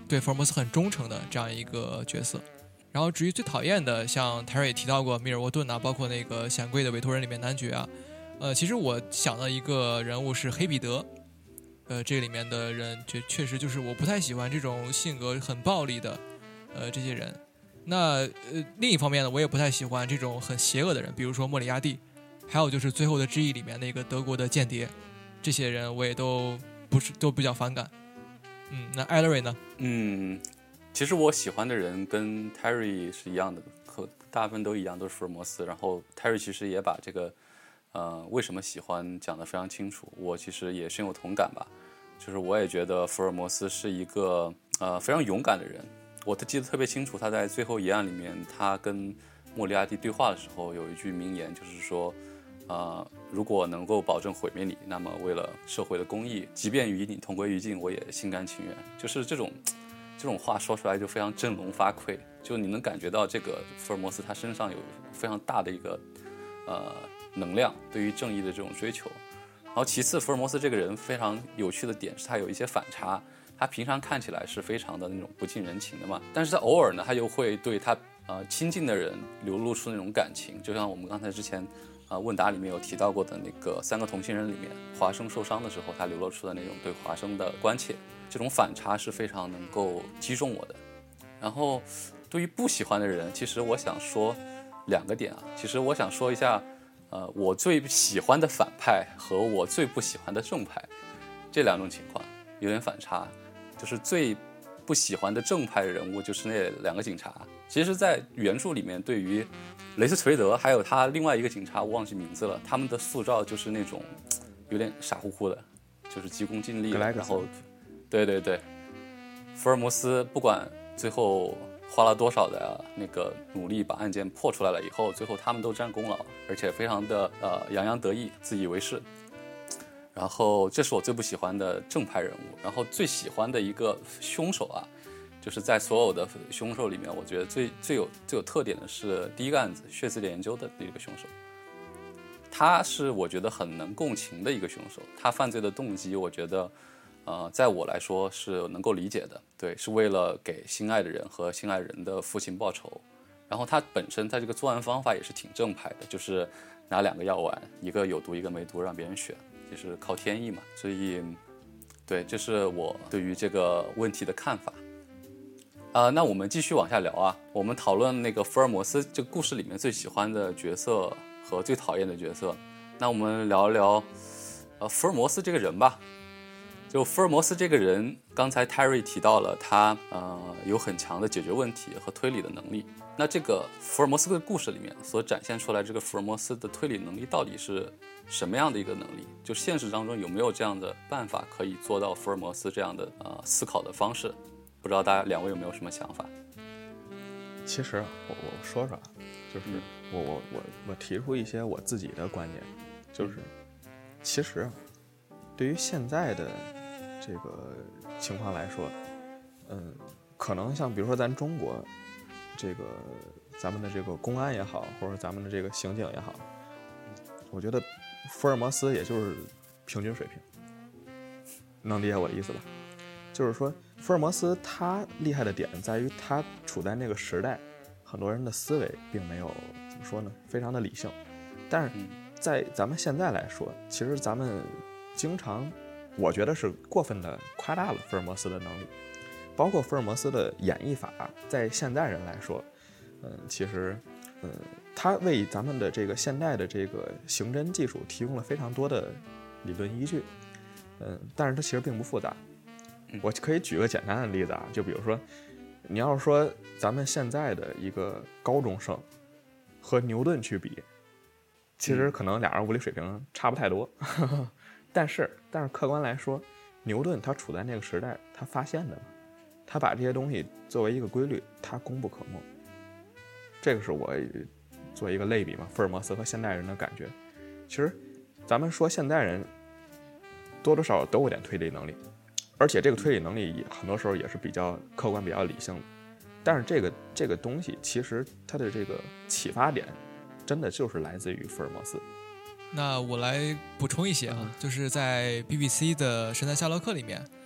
对福尔摩斯很忠诚的这样一个角色。然后至于最讨厌的，像Terry也提到过米尔沃顿啊，包括那个显贵的委托人里面男爵啊，其实我想的一个人物是黑彼得。这个里面的人确实就是我不太喜欢这种性格很暴力的这些人。那另一方面呢，我也不太喜欢这种很邪恶的人，比如说莫里亚蒂，还有就是最后的之役里面那个德国的间谍，这些人我也都比较反感。那艾勒瑞呢？ 其实我喜欢的人跟 Terry 是一样的，和大部分都一样，都是福尔摩斯。然后 Terry 其实也把这个为什么喜欢讲得非常清楚，我其实也深有同感吧。就是我也觉得福尔摩斯是一个非常勇敢的人。我记得特别清楚，他在最后一案里面，他跟莫里亚蒂对话的时候有一句名言，就是说如果能够保证毁灭你，那么为了社会的公义，即便与你同归于尽，我也心甘情愿。就是这种话说出来就非常振聋发聩，就你能感觉到这个福尔摩斯他身上有非常大的一个能量，对于正义的这种追求。然后其次，福尔摩斯这个人非常有趣的点是他有一些反差，他平常看起来是非常的那种不近人情的嘛，但是他偶尔呢，他又会对他亲近的人流露出那种感情，就像我们刚才之前问答里面有提到过的那个三个同性人里面，华生受伤的时候他流露出的那种对华生的关切，这种反差是非常能够击中我的。然后对于不喜欢的人，其实我想说2个点啊，其实我想说一下我最喜欢的反派和我最不喜欢的正派这2种情况有点反差。就是最不喜欢的正派人物就是那2个警察，其实在原著里面对于雷斯垂德还有他另外一个警察我忘记名字了，他们的塑造就是那种有点傻乎乎的，就是急功近利，然后对，福尔摩斯不管最后花了多少的那个努力把案件破出来了以后，最后他们都沾功劳，而且非常的洋洋得意，自以为是。然后这是我最不喜欢的正派人物。然后最喜欢的一个凶手啊，就是在所有的凶手里面，我觉得最有特点的是第一个案子血字研究的那个凶手。他是我觉得很能共情的一个凶手，他犯罪的动机我觉得在我来说是能够理解的，对，是为了给心爱的人和心爱人的父亲报仇。然后他本身他这个作案方法也是挺正派的，就是拿2个药丸，一个有毒一个没毒让别人选，就是靠天意嘛。所以对，这是我对于这个问题的看法。那我们继续往下聊啊，我们讨论那个福尔摩斯这个故事里面最喜欢的角色和最讨厌的角色。那我们聊一聊福尔摩斯这个人吧。就福尔摩斯这个人，刚才 Terry 提到了他有很强的解决问题和推理的能力。那这个福尔摩斯的故事里面所展现出来这个福尔摩斯的推理能力到底是什么样的一个能力？就现实当中有没有这样的办法可以做到福尔摩斯这样的思考的方式？不知道大家2位有没有什么想法？ 其实我说说，就是我提出一些我自己的观点，就是其实对于现在的这个情况来说，可能像比如说咱中国这个咱们的这个公安也好，或者咱们的这个刑警也好，我觉得福尔摩斯也就是平均水平，能理解我的意思吧？就是说福尔摩斯他厉害的点在于他处在那个时代，很多人的思维并没有怎么说呢，非常的理性。但是在咱们现在来说，其实咱们经常我觉得是过分的夸大了福尔摩斯的能力，包括福尔摩斯的演绎法，在现代人来说，其实他为咱们的这个现代的这个刑侦技术提供了非常多的理论依据，但是它其实并不复杂。我可以举个简单的例子啊，就比如说，你要是说咱们现在的一个高中生和牛顿去比，其实可能俩人物理水平差不太多，但是客观来说，牛顿他处在那个时代，他发现的嘛，他把这些东西作为一个规律，他功不可没。这个是我作为一个类比嘛，福尔摩斯和现代人的感觉。其实咱们说现代人多多少少都有点推理能力，而且这个推理能力很多时候也是比较客观比较理性的，但是这个东西其实它的这个启发点真的就是来自于福尔摩斯。 那我来补充一些啊，就是在 BBC 的《神探夏洛克》里面，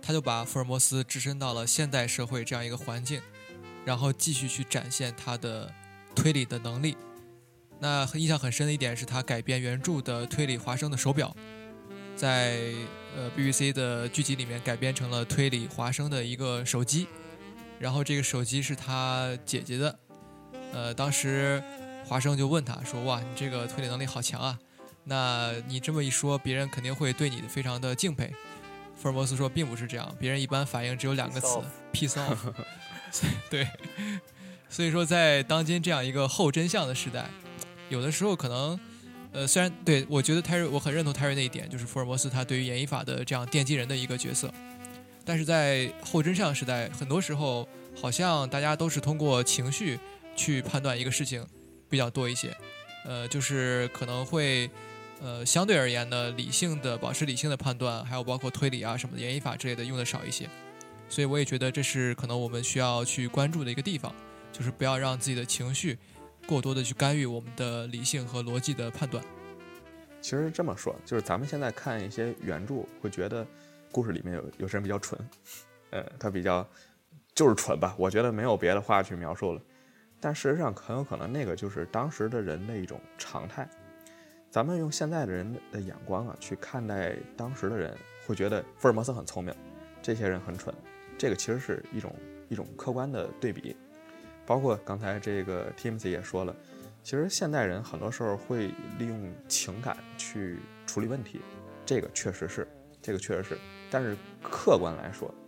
他就把福尔摩斯置身到了现代社会这样一个环境，然后继续去展现他的推理的能力。那印象很深的一点是他改编原著的推理华生的手表，在BBC 的剧集里面改编成了推理华生的一个手机，然后这个手机是他姐姐的。当时华生就问他说，哇，你这个推理能力好强啊，那你这么一说别人肯定会对你非常的敬佩。福尔摩斯说并不是这样，别人一般反应只有2个词 peace off 对，所以说在当今这样一个后真相的时代，有的时候可能虽然对我觉得泰瑞，我很认同泰瑞那一点，就是福尔摩斯他对于演绎法的这样奠基人的一个角色，但是在后真相时代，很多时候好像大家都是通过情绪去判断一个事情比较多一些，就是可能会相对而言呢，保持理性的判断，还有包括推理啊什么的演绎法之类的用的少一些，所以我也觉得这是可能我们需要去关注的一个地方，就是不要让自己的情绪过多的去干预我们的理性和逻辑的判断。 其实这么说，就是咱们现在看一些原著，会觉得故事里面有些人比较蠢，他比较就是蠢吧，我觉得没有别的话去描述了。但事实上很有可能那个就是当时的人的一种常态。咱们用现在的人的眼光啊去看待当时的人，会觉得福尔摩斯很聪明，这些人很蠢，这个其实是一种客观的对比。包括刚才这个 Timothy 也说了，其实现代人很多时候会利用情感去处理问题，这个确实是，但是客观来说，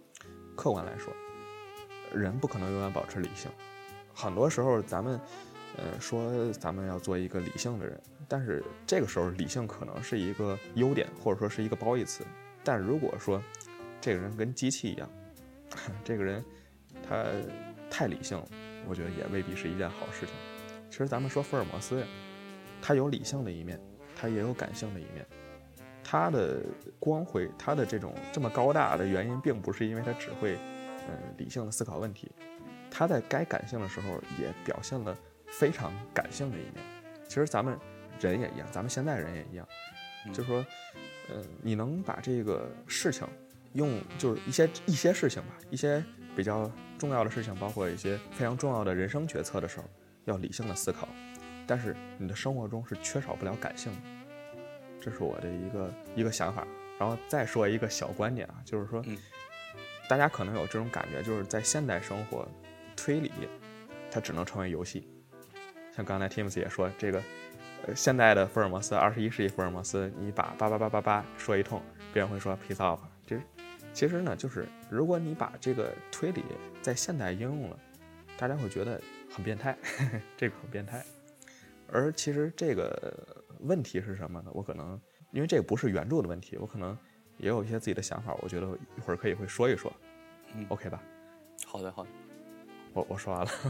人不可能永远保持理性。很多时候咱们说咱们要做一个理性的人，但是这个时候理性可能是一个优点，或者说是一个褒义词。但如果说这个人跟机器一样，这个人他太理性了，我觉得也未必是一件好事情。其实咱们说福尔摩斯呀，他有理性的一面，他也有感性的一面。他的光辉，他的这么高大的原因，并不是因为他只会理性的思考问题，他在该感性的时候也表现了非常感性的一面。其实咱们人也一样，咱们现在人也一样，就是说你能把这个事情就是一些事情吧，一些比较重要的事情，包括一些非常重要的人生决策的时候，要理性的思考，但是你的生活中是缺少不了感性的，这是我的一个想法。然后再说一个小观点啊，就是说大家可能有这种感觉，就是在现代生活推理它只能成为游戏。像刚才 Timothy 也说，这个现代的福尔摩斯，21世纪福尔摩斯，你把8说一通，别人会说 peace off。其实呢，就是如果你把这个推理在现代应用了，大家会觉得很变态，这个很变态。而其实这个问题是什么呢？我可能因为这个不是原著的问题，我可能也有一些自己的想法，我觉得一会儿可以会说一说，OK 吧？ 好的。 我说完了。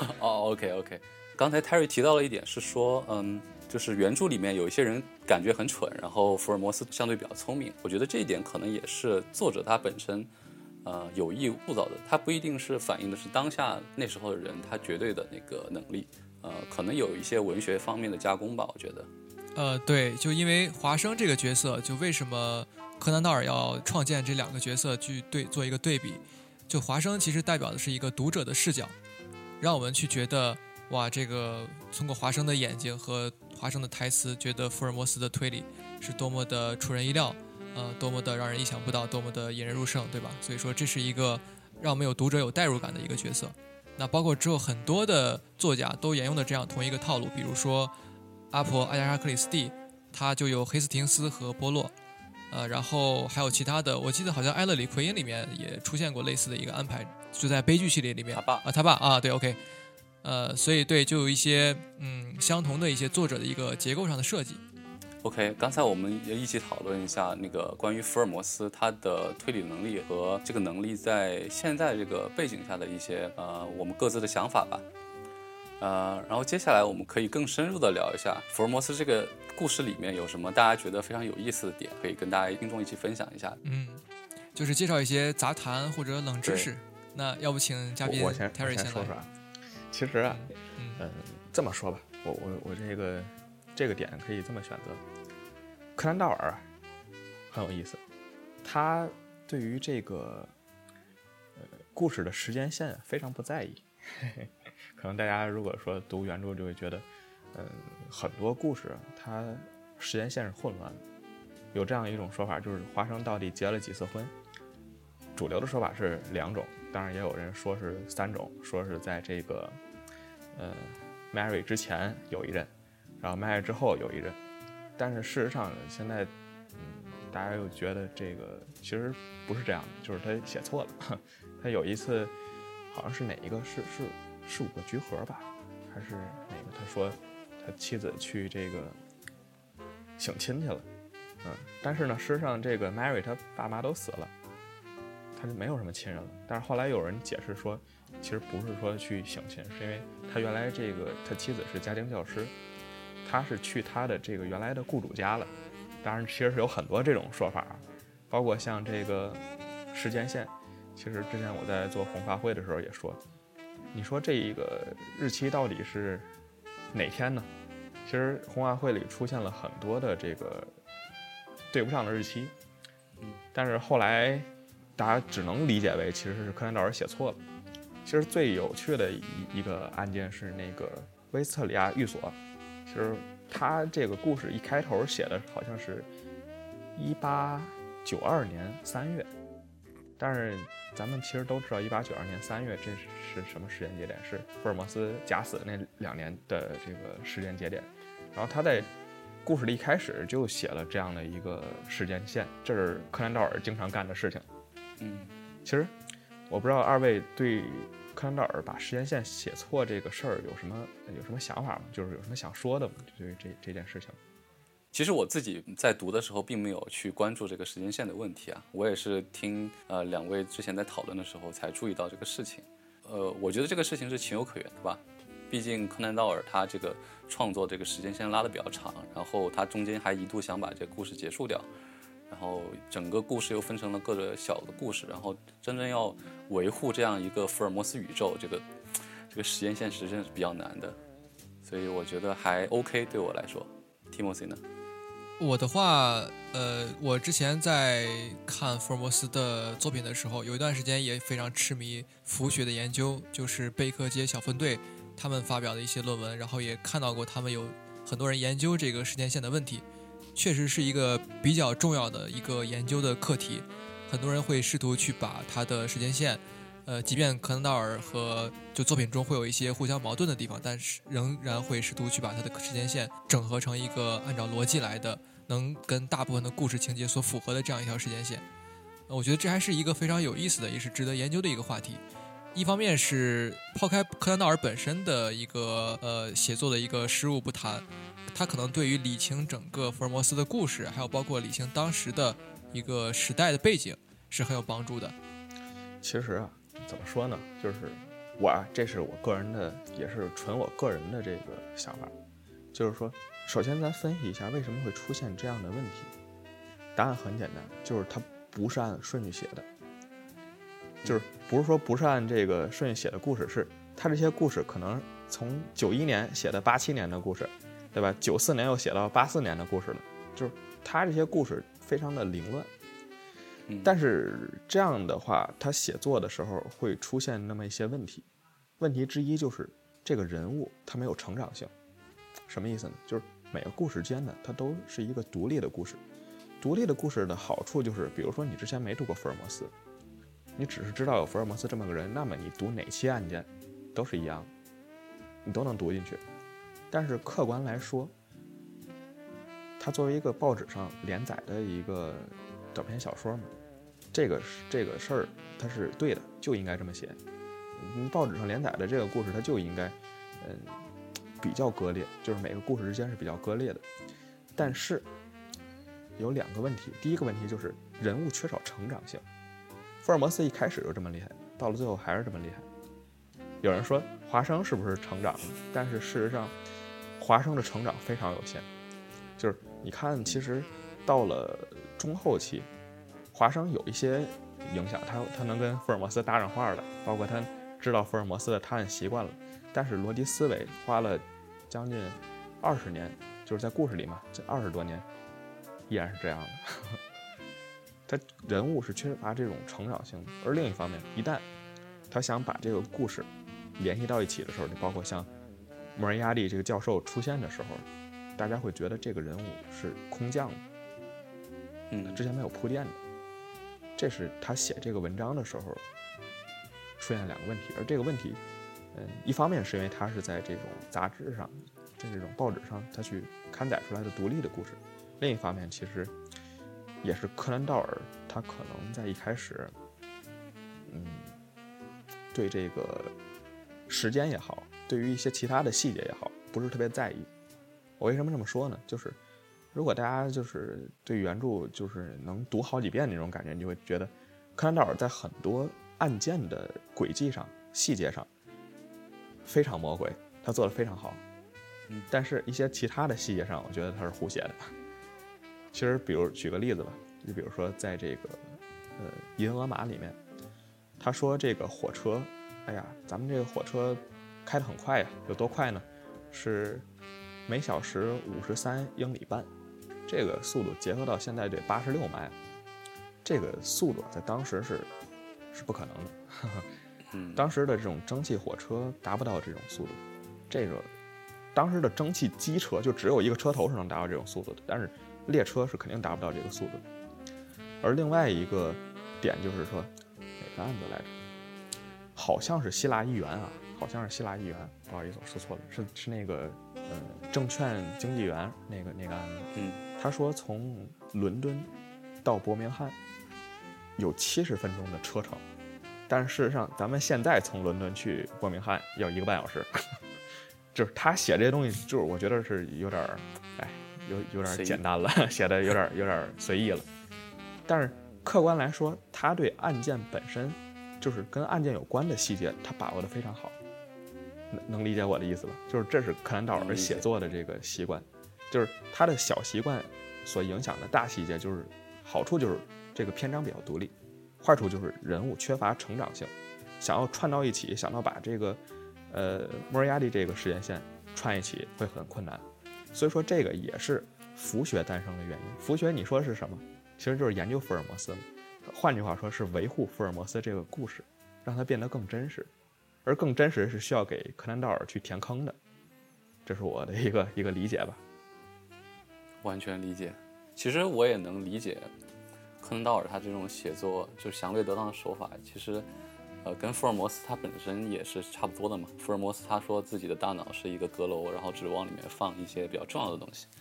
OK。刚才 Terry 提到了一点是说，就是原著里面有一些人感觉很蠢，然后福尔摩斯相对比较聪明。我觉得这一点可能也是作者他本身有意塑造的，他不一定是反映的是当下那时候的人他绝对的那个能力，可能有一些文学方面的加工吧，我觉得。 对，就因为华生这个角色，就为什么柯南道尔要创建这2个角色去做一个对比，就华生其实代表的是一个读者的视角，让我们去觉得哇，这个通过华生的眼睛和华生的台词，觉得福尔摩斯的推理是多么的出人意料，多么的让人意想不到，多么的引人入胜，对吧？所以说这是一个让我们读者有代入感的一个角色。那包括之后很多的作家都沿用的这样同一个套路，比如说阿加莎克里斯蒂，他就有黑斯廷斯和波洛，然后还有其他的，我记得好像《艾勒里奎因》里面也出现过类似的一个安排，就在悲剧系列里面。他爸啊，对 ，OK。所以对，就有一些相同的一些作者的一个结构上的设计。 OK， 刚才我们也一起讨论一下那个关于福尔摩斯他的推理能力和这个能力在现在这个背景下的一些我们各自的想法吧。然后接下来我们可以更深入的聊一下福尔摩斯这个故事里面有什么大家觉得非常有意思的点，可以跟大家听众一起分享一下。 就是介绍一些杂谈或者冷知识。那要不请嘉宾 Terry 先说说。其实啊，这么说吧，我这个点可以这么选择。柯南道尔很有意思，他对于这个故事的时间线非常不在意。可能大家如果说读原著就会觉得很多故事它时间线是混乱的。有这样一种说法，就是华生到底结了几次婚，主流的说法是2种，当然也有人说是3种，说是在这个Mary 之前有一任，然后 Mary 之后有一任。但是事实上现在大家又觉得这个其实不是这样的，就是他写错了。他有一次好像是哪一个是5个居合吧，还是哪个，他说他妻子去这个省亲去了，但是呢事实上这个 Mary 他爸妈都死了，他就没有什么亲人了。但是后来有人解释说其实不是说去省亲，是因为他原来这个他妻子是家庭教师，他是去他的这个原来的雇主家了。当然其实是有很多这种说法，包括像这个时间线，其实之前我在做红发会的时候也说，你说这一个日期到底是哪天呢？其实红发会里出现了很多的这个对不上的日期，但是后来大家只能理解为其实是柯南道尔写错了。其实最有趣的一个案件是那个威斯特里亚寓所，其实他这个故事一开头写的好像是1892年3月，但是咱们其实都知道1892年3月这是什么时间节点，是福尔摩斯假死那2年的这个时间节点。然后他在故事的一开始就写了这样的一个时间线，这是柯南道尔经常干的事情。其实我不知道2位对柯南道尔把时间线写错这个事儿有什么想法吗？就是有什么想说的吗？对于这件事情。 其实我自己在读的时候并没有去关注这个时间线的问题啊，我也是听2位之前在讨论的时候才注意到这个事情。我觉得这个事情是情有可原的吧，毕竟柯南道尔他这个创作这个时间线拉得比较长，然后他中间还一度想把这个故事结束掉，然后整个故事又分成了各个小的故事，然后真正要维护这样一个福尔摩斯宇宙，这个时间线实际上是比较难的，所以我觉得还 OK 对我来说。Timothy 呢？ 我的话，我之前在看福尔摩斯的作品的时候，有一段时间也非常痴迷福学的研究，就是贝克街小分队他们发表的一些论文，然后也看到过他们有很多人研究这个时间线的问题，确实是一个比较重要的一个研究的课题。很多人会试图去把他的时间线，即便柯南道尔和就作品中会有一些互相矛盾的地方，但是仍然会试图去把他的时间线整合成一个按照逻辑来的，能跟大部分的故事情节所符合的这样一条时间线。我觉得这还是一个非常有意思的，也是值得研究的一个话题。一方面是抛开柯南道尔本身的一个写作的一个失误不谈，他可能对于理清整个福尔摩斯的故事，还有包括理清当时的一个时代的背景是很有帮助的。 其实啊，怎么说呢，就是这是我个人的，也是纯我个人的这个想法，就是说首先咱分析一下为什么会出现这样的问题。答案很简单，就是它不是按顺序写的，就是不是说不是按这个顺序写的故事，是它这些故事可能从91年写的87年的故事，对吧？94年又写到84年的故事了，就是它这些故事非常的凌乱。但是这样的话，他写作的时候会出现那么一些问题。问题之一就是这个人物他没有成长性。什么意思呢？就是每个故事间呢，它都是一个独立的故事。独立的故事的好处就是，比如说你之前没读过福尔摩斯，你只是知道有福尔摩斯这么个人，那么你读哪期案件都是一样的，你都能读进去。但是客观来说，它作为一个报纸上连载的一个短篇小说嘛，这个事儿它是对的，就应该这么写。报纸上连载的这个故事，它就应该比较割裂，就是每个故事之间是比较割裂的。但是有2个问题，第一个问题就是人物缺少成长性。福尔摩斯一开始就这么厉害，到了最后还是这么厉害。有人说华生是不是成长了？但是事实上华生的成长非常有限。就是你看，其实到了中后期，华生有一些影响，他能跟福尔摩斯搭上话了，包括他知道福尔摩斯的探案习惯了。但是罗迪思维花了将近20年，就是在故事里嘛，这20多年依然是这样的。 他人物是缺乏这种成长性的。而另一方面，一旦他想把这个故事联系到一起的时候，你包括像莫瑞亚蒂这个教授出现的时候，大家会觉得这个人物是空降的，之前没有铺垫的。这是他写这个文章的时候出现2个问题。而这个问题，一方面是因为他是在这种杂志上，在这种报纸上，他去刊载出来的独立的故事；另一方面，其实也是柯南道尔他可能在一开始，对这个时间也好，对于一些其他的细节也好，不是特别在意。我为什么这么说呢？就是如果大家就是对原著就是能读好几遍那种感觉，你就会觉得柯南道尔在很多案件的轨迹上、细节上非常魔鬼，他做得非常好。但是一些其他的细节上，我觉得他是胡写的。其实，比如举个例子吧，就比如说在这个银额玛里面，他说这个火车，哎呀，咱们这个火车开得很快呀，有多快呢？是每小时53英里半，这个速度结合到现在得86迈，这个速度在当时是不可能的。当时的这种蒸汽火车达不到这种速度，这个当时的蒸汽机车就只有一个车头是能达到这种速度的，但是列车是肯定达不到这个速度的。而另外一个点就是说，哪个案子来着？好像是希腊议员啊，好像是希腊议员，不好意思，我说错了，是那个证券经纪员那个案子。他说从伦敦到伯明翰有70分钟的车程，但是事实上咱们现在从伦敦去伯明翰要1个半小时。就是他写这些东西，就是我觉得是有点，有点简单了，写的有点随意了。但是客观来说，他对案件本身，就是跟案件有关的细节，他把握的非常好。能理解我的意思吧？就是这是柯南道尔写作的这个习惯，就是他的小习惯所影响的大细节，就是好处就是这个篇章比较独立，坏处就是人物缺乏成长性，想要串到一起，想要把这个莫瑞亚蒂这个时间线串一起会很困难。所以说这个也是福学诞生的原因。福学你说是什么？其实就是研究福尔摩斯，换句话说是维护福尔摩斯这个故事，让它变得更真实。而更真实是需要给柯南道尔去填坑的，这是我的一个理解吧。 完全理解。其实我也能理解柯南道尔他这种写作就是详略得当的手法，其实跟福尔摩斯他本身也是差不多的嘛。福尔摩斯他说自己的大脑是一个阁楼，然后只往里面放一些比较重要的东西。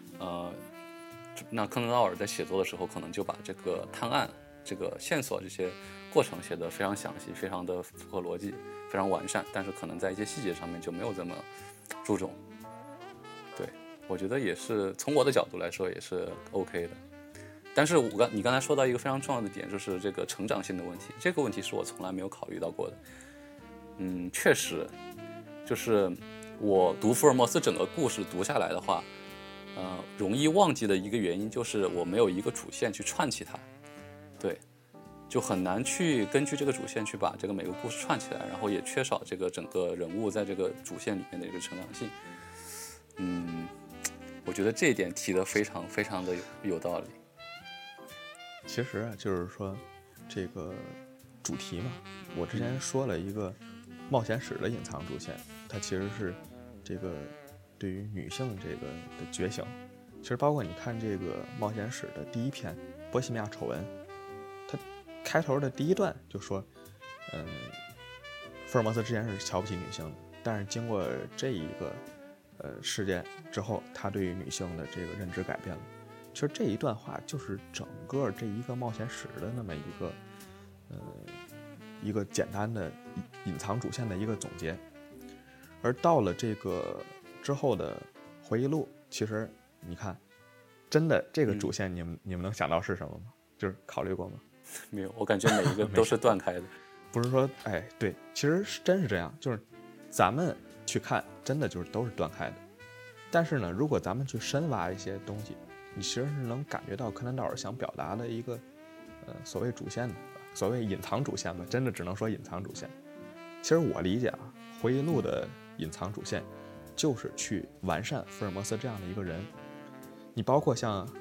那柯南道尔在写作的时候，可能就把这个探案、这个线索这些过程写得非常详细，非常的符合逻辑，非常完善，但是可能在一些细节上面就没有这么注重。对，我觉得也是从我的角度来说也是 OK 的。但是你刚才说到一个非常重要的点，就是这个成长性的问题，这个问题是我从来没有考虑到过的。确实，就是我读福尔摩斯整个故事读下来的话，容易忘记的一个原因就是我没有一个主线去串起它，对，就很难去根据这个主线去把这个每个故事串起来，然后也缺少这个整个人物在这个主线里面的一个成长性。我觉得这一点提得非常非常的有道理。 其实啊，就是说这个主题嘛，我之前说了一个冒险史的隐藏主线，它其实是这个对于女性这个的觉醒。其实包括你看这个冒险史的第一篇《波西米亚丑闻》，它开头的第一段就说，福尔摩斯之前是瞧不起女性的，但是经过这一个事件之后，他对于女性的这个认知改变了。其实这一段话就是整个这一个冒险史的那么一个简单的隐藏主线的一个总结。而到了这个之后的回忆录，其实你看，真的这个主线你们能想到是什么吗？就是考虑过吗？ 没有，我感觉每一个都是断开的。 不是说对，其实真是这样，就是咱们去看，真的就是都是断开的。但是呢，如果咱们去深挖一些东西，你其实是能感觉到柯南道尔想表达的一个所谓主线的，所谓隐藏主线吧，真的只能说隐藏主线。其实我理解啊，回忆录的隐藏主线就是去完善福尔摩斯这样的一个人。你包括像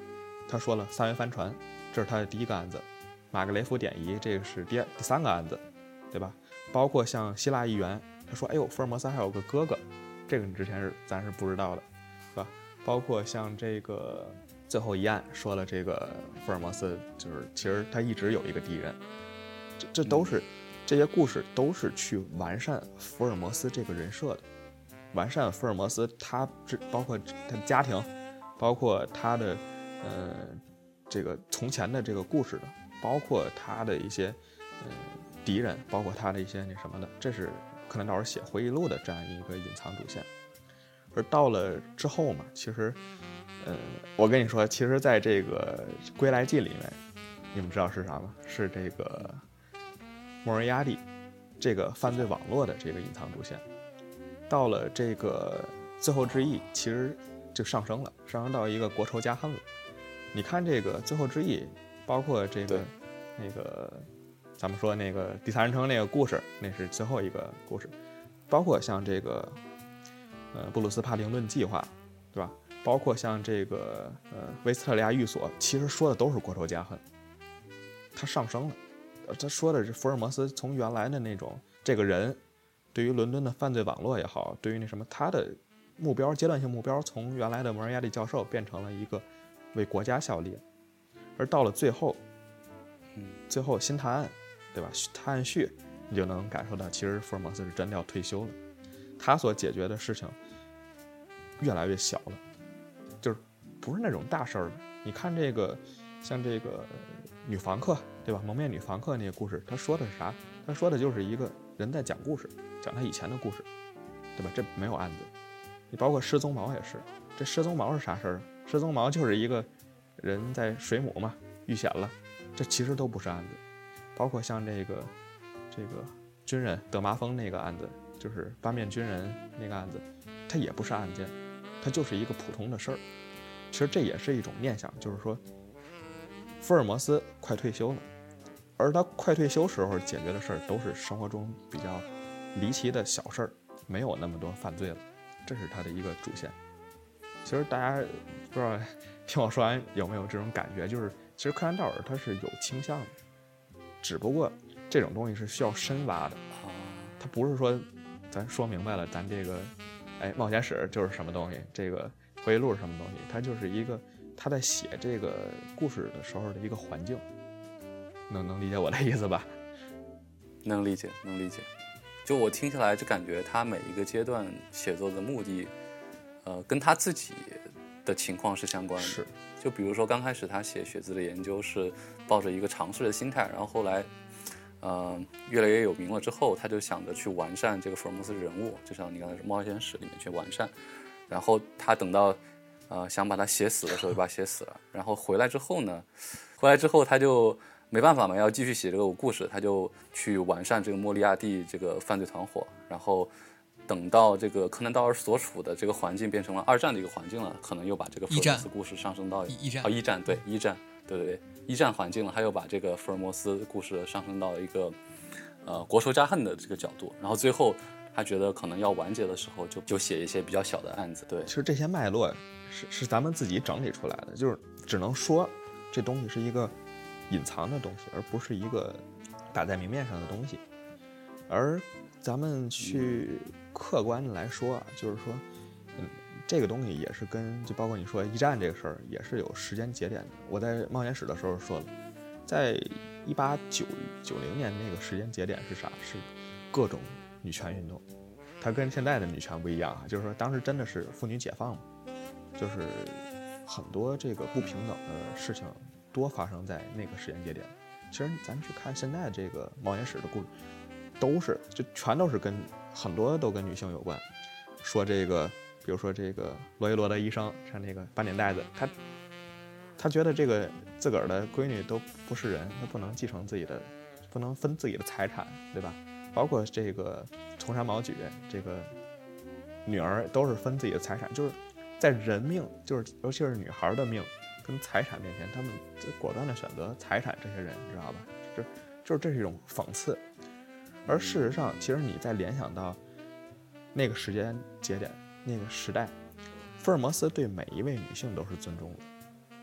他说了三维帆船，这是他的第一个案子，马格雷夫典仪这个是第三个案子，对吧？包括像希腊议员，他说哎呦福尔摩斯还有个哥哥，这个之前咱是不知道的，是吧？包括像这个最后一案说了这个福尔摩斯就是其实他一直有一个敌人，这都是这些故事都是去完善福尔摩斯这个人设的，完善福尔摩斯他包括他的家庭，包括他的这个从前的这个故事的，包括他的一些敌人，包括他的一些那什么的，这是柯南道尔写回忆录的这样一个隐藏主线。而到了之后嘛，其实我跟你说，其实在这个归来记里面，你们知道是啥吗？是这个莫瑞亚蒂这个犯罪网络的这个隐藏主线。到了这个最后之役，其实就上升到一个国仇家恨了。你看这个最后之役，包括这个那个咱们说那个第三人称那个故事，那是最后一个故事，包括像这个布鲁斯帕丁顿计划，对吧？包括像这个维斯特利亚寓所，其实说的都是国仇家恨。它上升了，他说的是福尔摩斯从原来的那种这个人对于伦敦的犯罪网络也好，对于那什么他的目标阶段性目标，从原来的摩尔亚蒂教授变成了一个为国家效力。而到了最后新探案，对吧？探案序你就能感受到，其实福尔摩斯是真的要退休了，他所解决的事情越来越小了，就是不是那种大事儿了。你看这个像这个女房客，对吧？蒙面女房客那个故事，他说的是啥？他说的就是一个人在讲故事，讲他以前的故事，对吧？这没有案子。你包括失踪毛也是，这失踪毛是啥事儿？失踪毛就是一个人在水母嘛，遇险了，这其实都不是案子。包括像这个军人德麻风那个案子，就是八面军人那个案子，它也不是案件，它就是一个普通的事儿。其实这也是一种念想，就是说福尔摩斯快退休了，而他快退休时候解决的事儿都是生活中比较离奇的小事儿，没有那么多犯罪了，这是他的一个主线。其实大家不知道听我说完有没有这种感觉，就是其实柯南道尔他是有倾向的，只不过这种东西是需要深挖的，他不是说咱说明白了咱这个冒险史就是什么东西，这个回忆录是什么东西，它就是一个他在写这个故事的时候的一个环境。能理解我的意思吧？ 能理解。就我听起来就感觉他每一个阶段写作的目的跟他自己的情况是相关的。 是， 就比如说刚开始他写血字的研究是抱着一个尝试的心态，然后后来越来越有名了之后，他就想着去完善这个福尔摩斯人物，就像你刚才说冒险史里面去完善。然后他等到想把他写死的时候就把他写死了，然后回来之后他就没办法嘛，要继续写这个故事，他就去完善这个莫利亚蒂这个犯罪团伙，然后等到这个柯南道尔所处的这个环境变成了二战的一个环境了，可能又把这个福尔摩斯故事上升到一战对一战环境了，他又把这个福尔摩斯故事上升到一个国仇家恨的这个角度，然后最后他觉得可能要完结的时候就写一些比较小的案子。对， 其实这些脉络是咱们自己整理出来的，就是只能说这东西是一个隐藏的东西，而不是一个打在明面上的东西。而咱们去客观的来说啊，就是说这个东西也是就包括你说一战这个事儿也是有时间节点的。我在冒险史的时候说了，在1890年那个时间节点是啥？是各种女权运动，它跟现在的女权不一样啊，就是说当时真的是妇女解放嘛，就是很多这个不平等的事情多发生在那个时间节点。其实咱去看现在这个冒险史的故事，就全都是很多都跟女性有关。说这个，比如说这个罗伊罗德医生，像那个8点袋子，他觉得这个自个儿的闺女都不是人，他不能继承不能分自己的财产，对吧？包括这个丛山毛举，这个女儿都是分自己的财产，就是在人命，就是尤其是女孩的命跟财产面前，他们果断的选择财产，这些人知道吧？就是这是一种讽刺。而事实上，其实你在联想到那个时间节点、那个时代，福尔摩斯对每一位女性都是尊重的，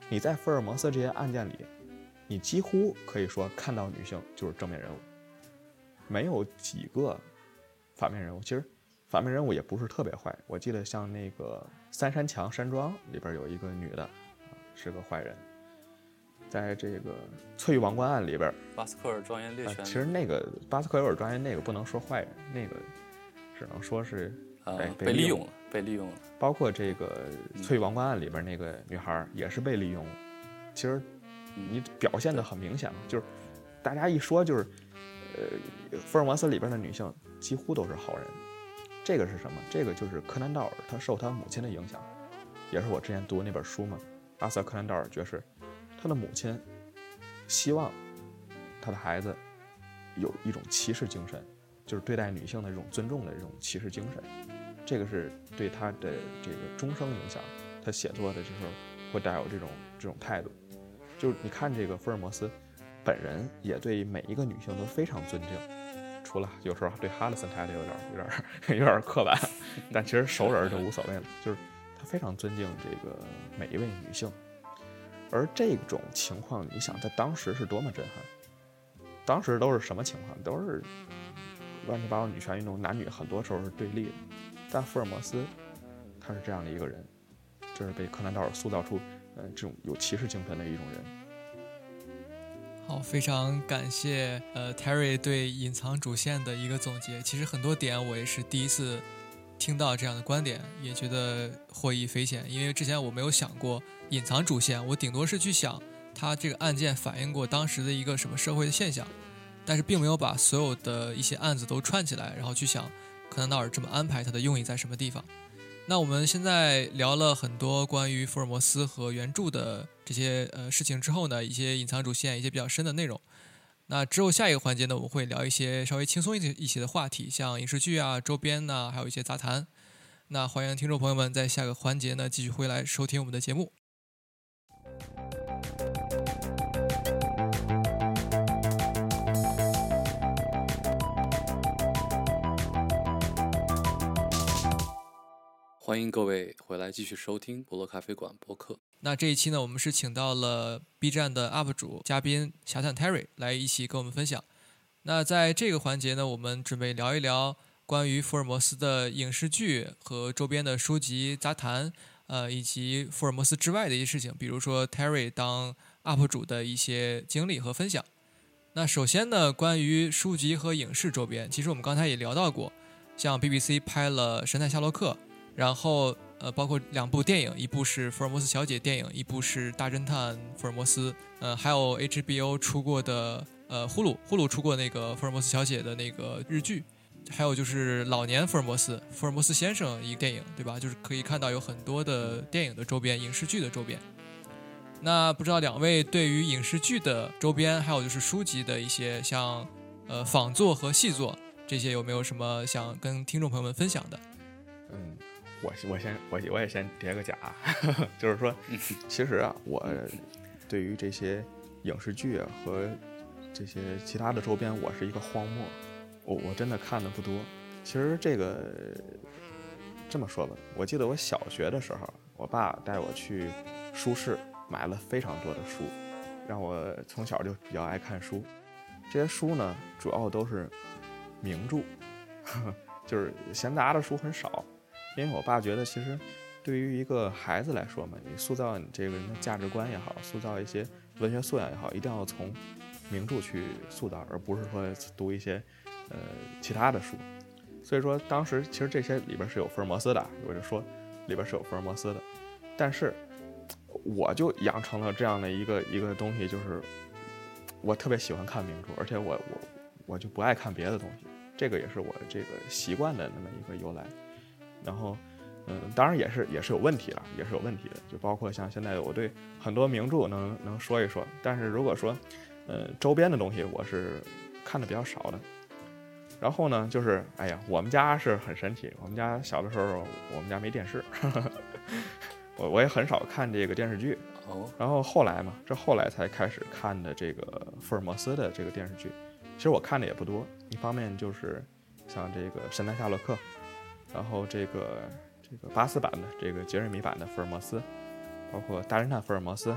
你在福尔摩斯这些案件里，你几乎可以说看到女性就是正面人物，没有几个反面人物。其实反面人物也不是特别坏，我记得像那个三山墙山庄里边有一个女的，是个坏人。在这个翠玉王冠案里边， 巴斯克尔庄园猎犬， 其实那个巴斯克尔庄园那个不能说坏人，那个只能说是被利用了。 包括这个翠玉王冠案里边那个女孩也是被利用了。其实你表现得很明显，就是大家一说就是福尔摩斯里边的女性几乎都是好人。这个是什么？这个就是柯南道尔他受他母亲的影响，也是我之前读的那本书嘛，阿瑟柯南道尔爵士。他的母亲希望他的孩子有一种骑士精神，就是对待女性的这种尊重的这种骑士精神，这个是对他的这个终生影响。他写作的时候会带有这种态度。就是你看这个福尔摩斯本人也对每一个女性都非常尊敬，除了有时候对哈里森态度有点刻板，但其实熟人就无所谓了。就是他非常尊敬这个每一位女性。而这种情况，你想在当时是多么震撼？当时都是什么情况？都是乱七八糟女权运动，男女很多时候是对立的。但福尔摩斯他是这样的一个人，这是被柯南道尔塑造出这种有骑士精神的一种人。 好，非常感谢Terry 对隐藏主线的一个总结。其实很多点我也是第一次听到这样的观点，也觉得获益匪浅，因为之前我没有想过隐藏主线，我顶多是去想它这个案件反映过当时的一个什么社会的现象，但是并没有把所有的一些案子都串起来，然后去想柯南道尔这么安排它的用意在什么地方。那我们现在聊了很多关于福尔摩斯和原著的这些事情之后呢，一些隐藏主线，一些比较深的内容。那之后下一个环节呢，我们会聊一些稍微轻松一些的话题，像影视剧啊、周边呐，还有一些杂谈。那欢迎听众朋友们在下个环节呢继续回来收听我们的节目。 欢迎各位回来继续收听博洛咖啡馆播客。 那这一期呢，我们是请到了 B 站的 UP 主嘉宾侠探 Terry 来一起跟我们分享。那在这个环节呢，我们准备聊一聊关于福尔摩斯的影视剧和周边的书籍杂谈，以及福尔摩斯之外的一些事情，比如说 Terry 当 UP 主的一些经历和分享。那首先呢，关于书籍和影视周边，其实我们刚才也聊到过，像 BBC 拍了《神探夏洛克》，然后包括2部电影，一部是福尔摩斯小姐电影，一部是大侦探福尔摩斯，还有 HBO 出过的呼噜出过那个福尔摩斯小姐的那个日剧，还有就是老年福尔摩斯先生一个电影，对吧？就是可以看到有很多的电影的周边，影视剧的周边。那不知道2位对于影视剧的周边，还有就是书籍的一些像仿作和细作这些，有没有什么想跟听众朋友们分享的？ 我也先叠个假，就是说，其实啊，我对于这些影视剧啊和这些其他的周边，我是一个荒漠，我真的看的不多。其实这个这么说吧，我记得我小学的时候，我爸带我去书市买了非常多的书，让我从小就比较爱看书。这些书呢，主要都是名著，就是闲杂的书很少。因为我爸觉得，其实对于一个孩子来说嘛，你塑造你这个人的价值观也好，塑造一些文学素养也好，一定要从名著去塑造，而不是说读一些其他的书。所以说，当时其实这些里边是有福尔摩斯的，我就说里边是有福尔摩斯的，但是我就养成了这样的一个东西，就是我特别喜欢看名著，而且我就不爱看别的东西，这个也是我这个习惯的那么一个由来。然后，当然也是有问题了，也是有问题的，就包括像现在我对很多名著能说一说，但是如果说，周边的东西我是看的比较少的。然后呢，就是我们家是很神奇，我们家小的时候我们家没电视，我也很少看这个电视剧。然后后来嘛，后来才开始看的这个福尔摩斯的这个电视剧，其实我看的也不多，一方面就是像这个神探夏洛克。然后这个巴斯版的这个杰瑞米版的福尔摩斯，包括大侦探福尔摩斯，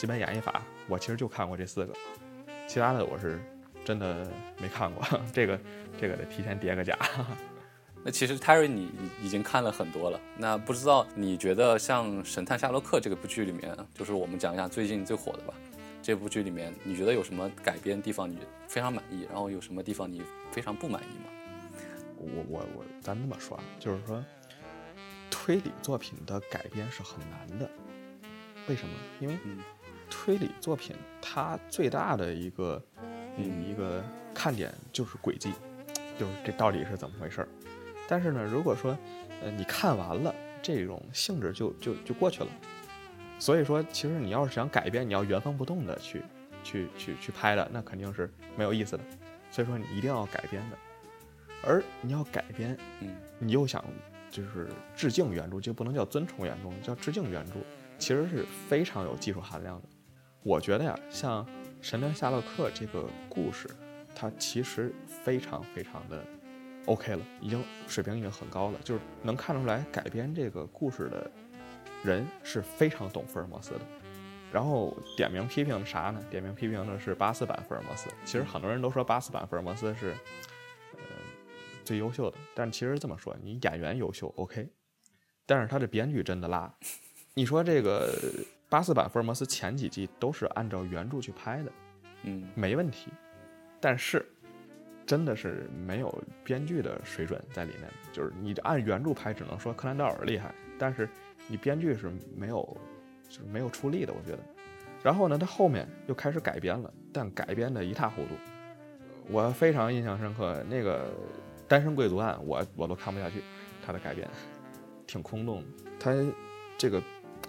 基本演绎法，我其实就看过这4个，其他的我是真的没看过，这个得提前叠个甲。 那其实 Terry 你已经看了很多了，那不知道你觉得像《神探夏洛克》这个部剧里面，就是我们讲一下最近最火的吧，这部剧里面你觉得有什么改编地方你非常满意，然后有什么地方你非常不满意吗？ 咱这么说啊，就是说推理作品的改编是很难的，为什么？因为推理作品它最大的一个看点就是轨迹，就是这到底是怎么回事。但是呢，如果说你看完了，这种性质就过去了。所以说，其实你要是想改编，你要原封不动的去拍的，那肯定是没有意思的。所以说，你一定要改编的。而你要改编，你又想就是致敬原著，就不能叫尊崇原著，叫致敬原著，其实是非常有技术含量的。我觉得呀，像《神探夏洛克》这个故事，它其实非常非常的 OK 了，水平已经很高了，就是能看出来改编这个故事的人是非常懂福尔摩斯的。然后点名批评啥呢？点名批评的是84版福尔摩斯。其实很多人都说84版福尔摩斯是最优秀的，但其实这么说，你演员优秀 OK， 但是他的编剧真的拉。你说这个84版福尔摩斯前几季都是按照原著去拍的，没问题，但是真的是没有编剧的水准在里面。就是你按原著拍，只能说柯南道尔厉害，但是你编剧是没有出力的，我觉得。然后呢，他后面又开始改编了，但改编的一塌糊涂。我非常印象深刻，那个单身贵族案我都看不下去，他的改编挺空洞的。他这个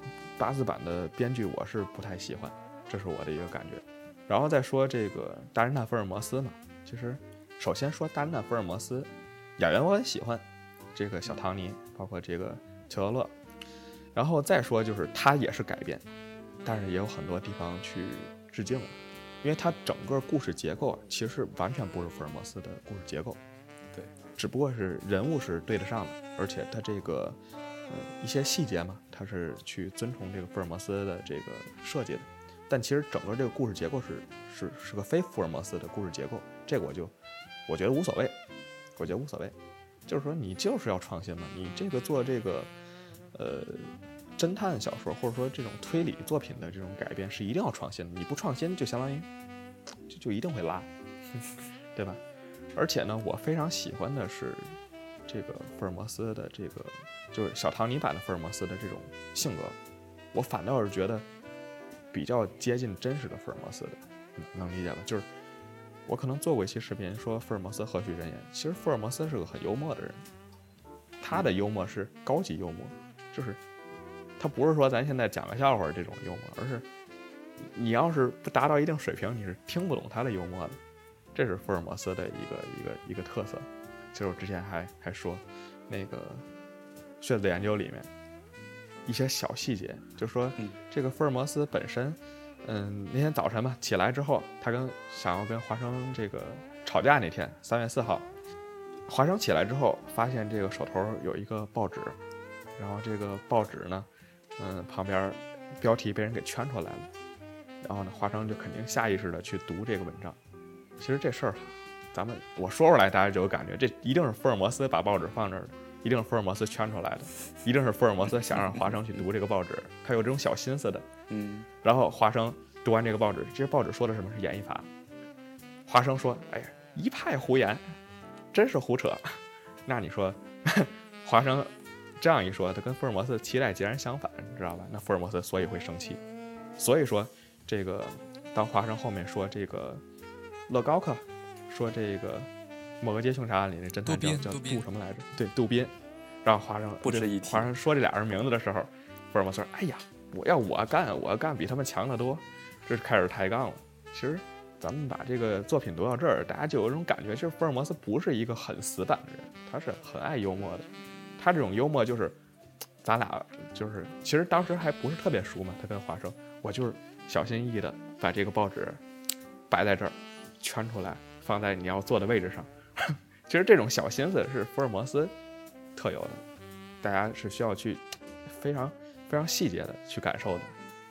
84版的编剧我是不太喜欢，这是我的一个感觉。然后再说这个大侦探福尔摩斯嘛，其实首先说大侦探福尔摩斯演员我很喜欢，这个小唐尼，包括这个裘德勒。然后再说就是他也是改编，但是也有很多地方去致敬了，因为他整个故事结构其实完全不是福尔摩斯的故事结构， 对， 只不过是人物是对得上的，而且他这个一些细节嘛，他是去遵从这个福尔摩斯的这个设计的，但其实整个这个故事结构是个非福尔摩斯的故事结构，这个我觉得无所谓，就是说你就是要创新嘛，你这个做这个侦探小说或者说这种推理作品的这种改编是一定要创新的，你不创新就相当于就一定会拉，对吧？而且呢，我非常喜欢的是这个福尔摩斯的这个就是小唐尼版的福尔摩斯的这种性格，我反倒是觉得比较接近真实的福尔摩斯的，能理解吧？就是我可能做过一期视频说福尔摩斯何许人也，其实福尔摩斯是个很幽默的人，他的幽默是高级幽默，就是他不是说咱现在讲个笑话这种幽默，而是你要是不达到一定水平，你是听不懂他的幽默的，这是福尔摩斯的一个特色。其实我之前还说那个血子研究里面一些小细节，就说这个福尔摩斯本身那天早晨嘛起来之后，他想要跟华生这个吵架那天3月4号，华生起来之后发现这个手头有一个报纸，然后这个报纸呢旁边标题被人给圈出来了，然后呢华生就肯定下意识的去读这个文章。其实这事儿我说出来大家就有感觉，这一定是福尔摩斯把报纸放这儿的，一定是福尔摩斯圈出来的，一定是福尔摩斯想让华生去读这个报纸，他有这种小心思的。然后华生读完这个报纸，这报纸说的什么是演绎法，华生说哎呀一派胡言，真是胡扯。那你说华生这样一说，他跟福尔摩斯的期待截然相反，你知道吧？那福尔摩斯所以会生气。所以说这个当华生后面说这个乐高克说这个某个街凶杀案里的侦探叫杜什么来着？对，杜宾。然后华生不值一提。 华生说这俩人名字的时候，福尔摩斯说：“哎呀，我干比他们强得多。”这是开始抬杠了。其实咱们把这个作品读到这儿，大家就有一种感觉，就是福尔摩斯不是一个很死板的人，他是很爱幽默的。他这种幽默就是咱俩就是其实当时还不是特别熟嘛，他跟华生，我就是小心翼翼的把这个报纸摆在这儿圈出来放在你要坐的位置上。其实这种小心思是福尔摩斯特有的，大家是需要去非常非常细节的去感受的。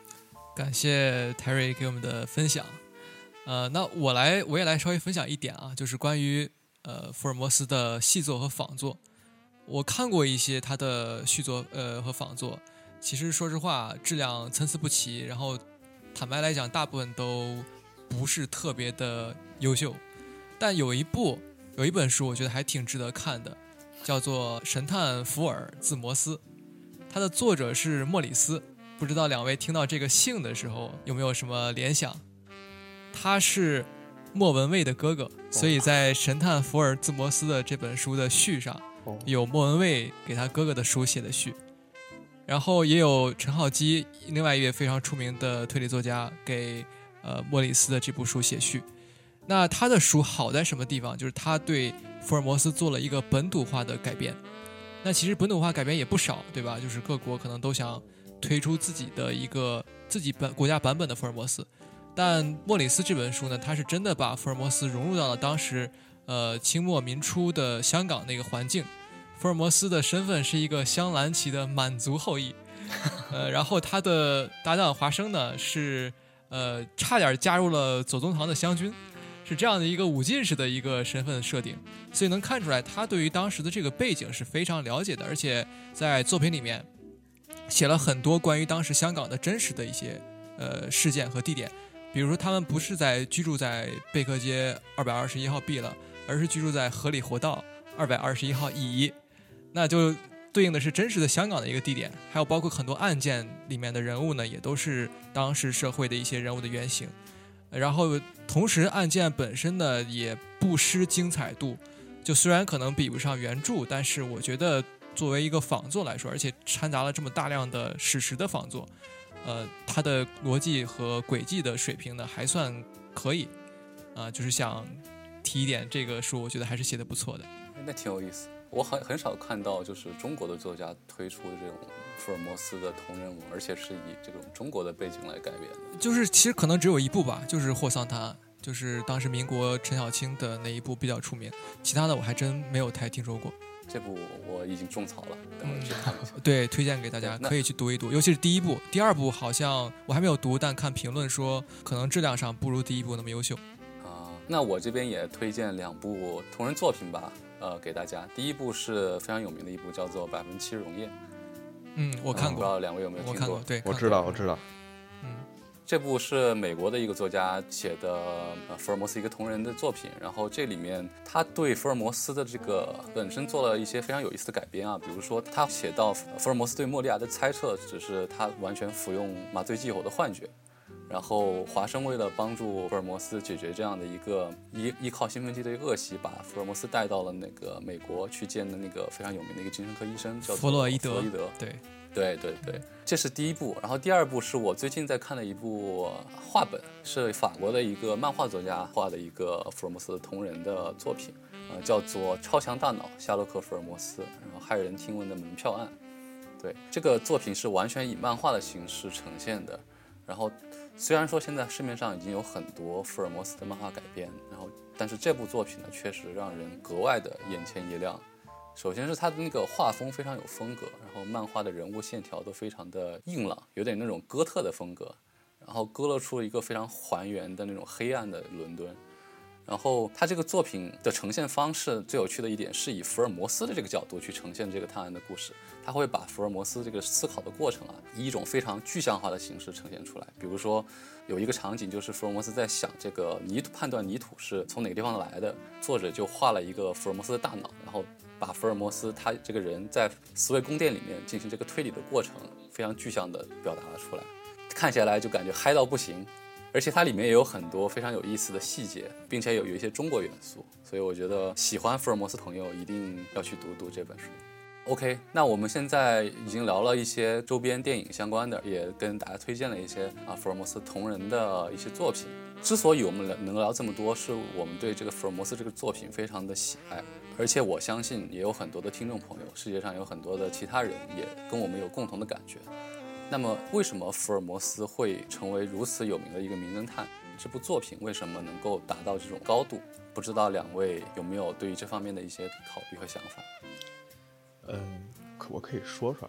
感谢 Terry 给我们的分享。那我也来稍微分享一点啊，就是关于福尔摩斯的细作和仿作。我看过一些他的续作和仿作，其实说实话质量参差不齐，然后坦白来讲大部分都不是特别的优秀。但有一本书我觉得还挺值得看的，叫做《神探福尔自摩斯》，它的作者是莫里斯。不知道两位听到这个姓的时候有没有什么联想？他是莫文蔚的哥哥，所以在《神探福尔自摩斯》的这本书的序上有莫文蔚给他哥哥的书写的序，然后也有陈浩基另外一位非常出名的推理作家给莫里斯的这部书写序。那他的书好在什么地方？就是他对福尔摩斯做了一个本土化的改编。那其实本土化改编也不少，对吧？就是各国可能都想推出自己的一个国家版本的福尔摩斯，但莫里斯这本书呢，他是真的把福尔摩斯融入到了当时清末民初的香港那个环境。福尔摩斯的身份是一个镶蓝旗的满族后裔，然后他的搭档华生呢是差点加入了左宗棠的湘军，是这样的一个武进士的一个身份设定，所以能看出来他对于当时的这个背景是非常了解的，而且在作品里面写了很多关于当时香港的真实的一些事件和地点。比如说他们不是居住在贝克街221号 B 了，而是居住在河里活道221号乙，那就对应的是真实的香港的一个地点。还有包括很多案件里面的人物呢，也都是当时社会的一些人物的原型。然后同时案件本身呢也不失精彩度，就虽然可能比不上原著，但是我觉得作为一个仿作来说，而且掺杂了这么大量的史实的仿作，它的逻辑和轨迹的水平呢还算可以就是想提一点，这个书我觉得还是写得不错的。 那挺有意思，我很少看到就是中国的作家推出这种福尔摩斯的同人文，而且是以这种中国的背景来改编的。 就是其实可能只有一部吧，就是霍桑探案，就是当时民国陈小青的那一部比较出名，其他的我还真没有太听说过。 这部我已经种草了，等会儿去看一下。 对，推荐给大家可以去读一读，尤其是第一部。第二部好像我还没有读，但看评论说可能质量上不如第一部那么优秀。 那我这边也推荐2部同人作品吧，给大家。第一部是非常有名的一部，叫做《7%溶液》。 我看过， 不知道两位有没有听过？ 我看过，对， 我知道。 这部是美国的一个作家写的福尔摩斯一个同人的作品，然后这里面他对福尔摩斯的这个本身做了一些非常有意思的改编啊，比如说他写到福尔摩斯对莫利亚的猜测只是他完全服用麻醉剂后的幻觉，然后华生为了帮助福尔摩斯解决这样的一个依靠兴奋剂的恶习，把福尔摩斯带到了那个美国去见的那个非常有名的一个精神科医生，叫做弗洛伊德。对，这是第一部。然后第二部是我最近在看的一部画本，是法国的一个漫画作家画的一个福尔摩斯同人的作品，叫做《超强大脑：夏洛克·福尔摩斯》，然后骇人听闻的门票案。对，这个作品是完全以漫画的形式呈现的。然后虽然说现在市面上已经有很多福尔摩斯的漫画改编，但是这部作品呢，确实让人格外的眼前一亮。首先是他的那个画风非常有风格，然后漫画的人物线条都非常的硬朗，有点那种哥特的风格，然后勾勒出了一个非常还原的那种黑暗的伦敦。然后他这个作品的呈现方式最有趣的一点是以福尔摩斯的这个角度去呈现这个探案的故事，他会把福尔摩斯这个思考的过程以一种非常具象化的形式呈现出来。比如说有一个场景，就是福尔摩斯在想这个判断泥土是从哪个地方来的，作者就画了一个福尔摩斯的大脑，然后把福尔摩斯他这个人在思维宫殿里面进行这个推理的过程非常具象的表达了出来，看起来就感觉嗨到不行。而且它里面也有很多非常有意思的细节，并且有一些中国元素，所以我觉得喜欢福尔摩斯朋友一定要去读这本书。OK， 那我们现在已经聊了一些周边电影相关的，也跟大家推荐了一些福尔摩斯同人的一些作品。之所以我们能聊这么多，是我们对这个福尔摩斯这个作品非常的喜爱，而且我相信也有很多的听众朋友，世界上有很多的其他人也跟我们有共同的感觉。那么为什么福尔摩斯会成为如此有名的一个名侦探？这部作品为什么能够达到这种高度？不知道两位有没有对于这方面的一些考虑和想法？ 我可以说说，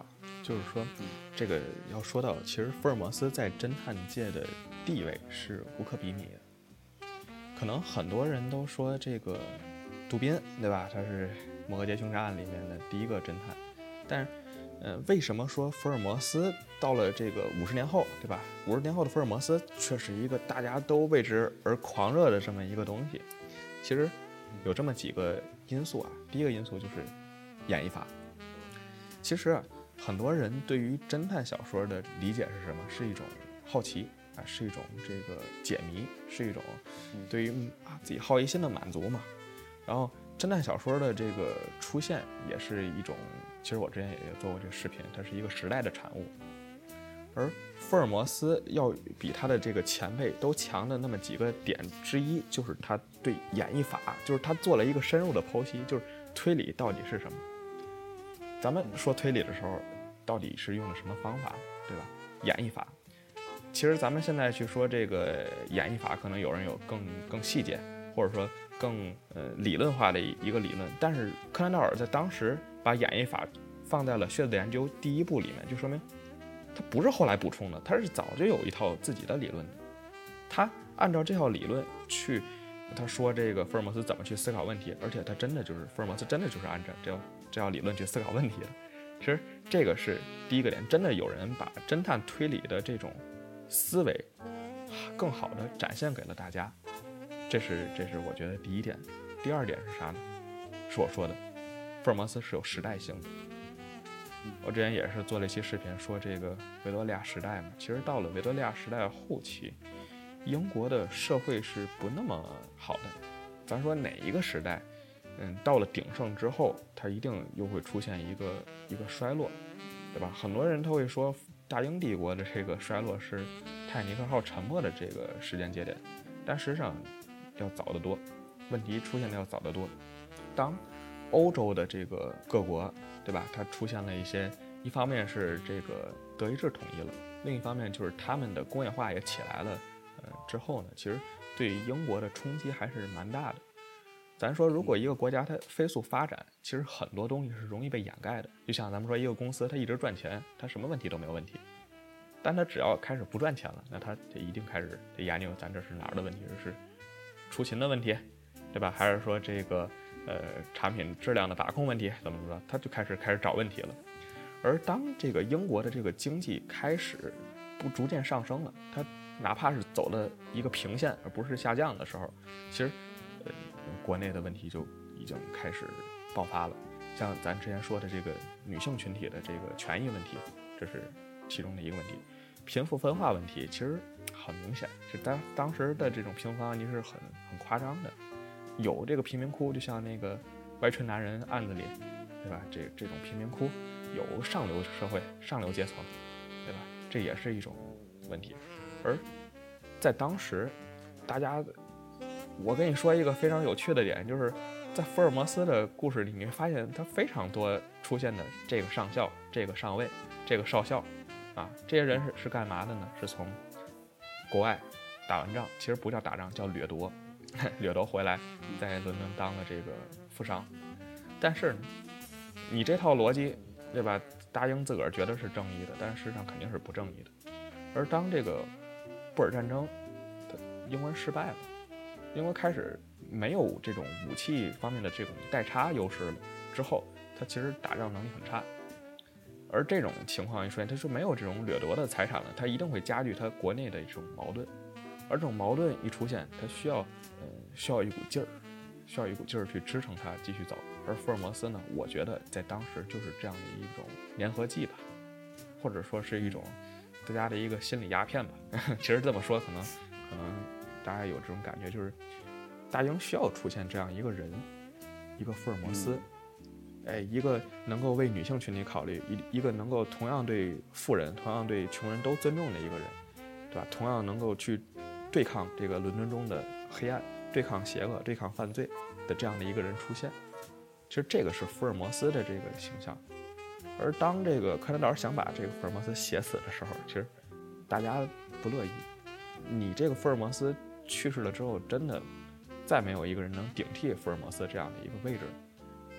就是说，这个要说到，其实福尔摩斯在侦探界的地位是无可比拟的。可能很多人都说这个杜宾，对吧？他是摩格街凶杀案里面的第一个侦探，但是，为什么说福尔摩斯到了这个50年后，对吧？50年后的福尔摩斯却是一个大家都为之而狂热的这么一个东西？其实有这么几个因素啊。第一个因素就是演绎法。其实很多人对于侦探小说的理解是什么？是一种好奇啊，是一种这个解谜，是一种对于自己好奇心的满足嘛。然后侦探小说的这个出现也是一种，其实我之前也做过这个视频，它是一个时代的产物。而福尔摩斯要比他的这个前辈都强的那么几个点之一，就是他对演绎法，就是他做了一个深入的剖析，就是推理到底是什么。咱们说推理的时候，到底是用的什么方法，对吧？演绎法。其实咱们现在去说这个演绎法，可能有人有更细节，或者说更理论化的一个理论。但是柯南道尔在当时把演绎法放在了血字研究第一部里面，就说明他不是后来补充的，他是早就有一套自己的理论的。他按照这套理论去，他说这个福尔摩斯怎么去思考问题，而且他真的就是福尔摩斯真的就是按照这套理论去思考问题的。其实这个是第一个点，真的有人把侦探推理的这种思维更好的展现给了大家，这是我觉得第一点。第二点是啥呢？是我说的，福尔摩斯是有时代性的。我之前也是做了一期视频说这个维多利亚时代嘛，其实到了维多利亚时代后期，英国的社会是不那么好的。咱说哪一个时代，到了鼎盛之后，它一定又会出现一个衰落，对吧？很多人他会说大英帝国的这个衰落是泰坦尼克号沉没的这个时间节点，但实际上要早得多，问题出现的要早得多。当欧洲的这个各国，对吧？它出现了一些，一方面是这个德意志统一了，另一方面就是他们的工业化也起来了，之后呢，其实对于英国的冲击还是蛮大的。咱说，如果一个国家它飞速发展，其实很多东西是容易被掩盖的。就像咱们说一个公司，它一直赚钱，它什么问题都没有问题。但它只要开始不赚钱了，那它就一定开始得研究咱这是哪儿的问题，是出勤的问题，对吧？还是说这个产品质量的把控问题，怎么说？它就开始找问题了。而当这个英国的这个经济开始逐渐上升了，它哪怕是走了一个平线而不是下降的时候，其实国内的问题就已经开始爆发了。像咱之前说的这个女性群体的这个权益问题，这是其中的一个问题。贫富分化问题其实很明显，是当时的这种贫富分化问题是很夸张的。有这个贫民窟，就像那个歪唇男人案子里，对吧？这种贫民窟有上流社会、上流阶层，对吧？这也是一种问题。而在当时，大家，我跟你说一个非常有趣的点，就是在福尔摩斯的故事里，你会发现他非常多出现的这个上校、这个上尉、这个少校，啊，这些人是干嘛的呢？是从国外打完仗，其实不叫打仗，叫掠夺。掠夺回来，在伦敦当了这个富商。但是你这套逻辑，对吧？大英自个儿觉得是正义的，但是事实上肯定是不正义的。而当这个布尔战争，英国人失败了，英国开始没有这种武器方面的这种代差优势了之后，他其实打仗能力很差。而这种情况一出现，他就没有这种掠夺的财产了，他一定会加剧他国内的这种矛盾。而这种矛盾一出现，他需要一股劲儿去支撑他继续走。而福尔摩斯呢，我觉得在当时就是这样的一种粘合剂吧，或者说是一种大家的一个心理鸦片吧。其实这么说，可能大家有这种感觉，就是大英需要出现这样一个人，一个福尔摩斯，一个能够为女性群体考虑，一个能够同样对富人、同样对穷人都尊重的一个人，对吧？同样能够去对抗这个伦敦中的黑暗，对抗邪恶，对抗犯罪的这样的一个人出现。其实这个是福尔摩斯的这个形象。而当这个柯南道尔想把这个福尔摩斯写死的时候，其实大家不乐意。你这个福尔摩斯去世了之后，真的再没有一个人能顶替福尔摩斯这样的一个位置。其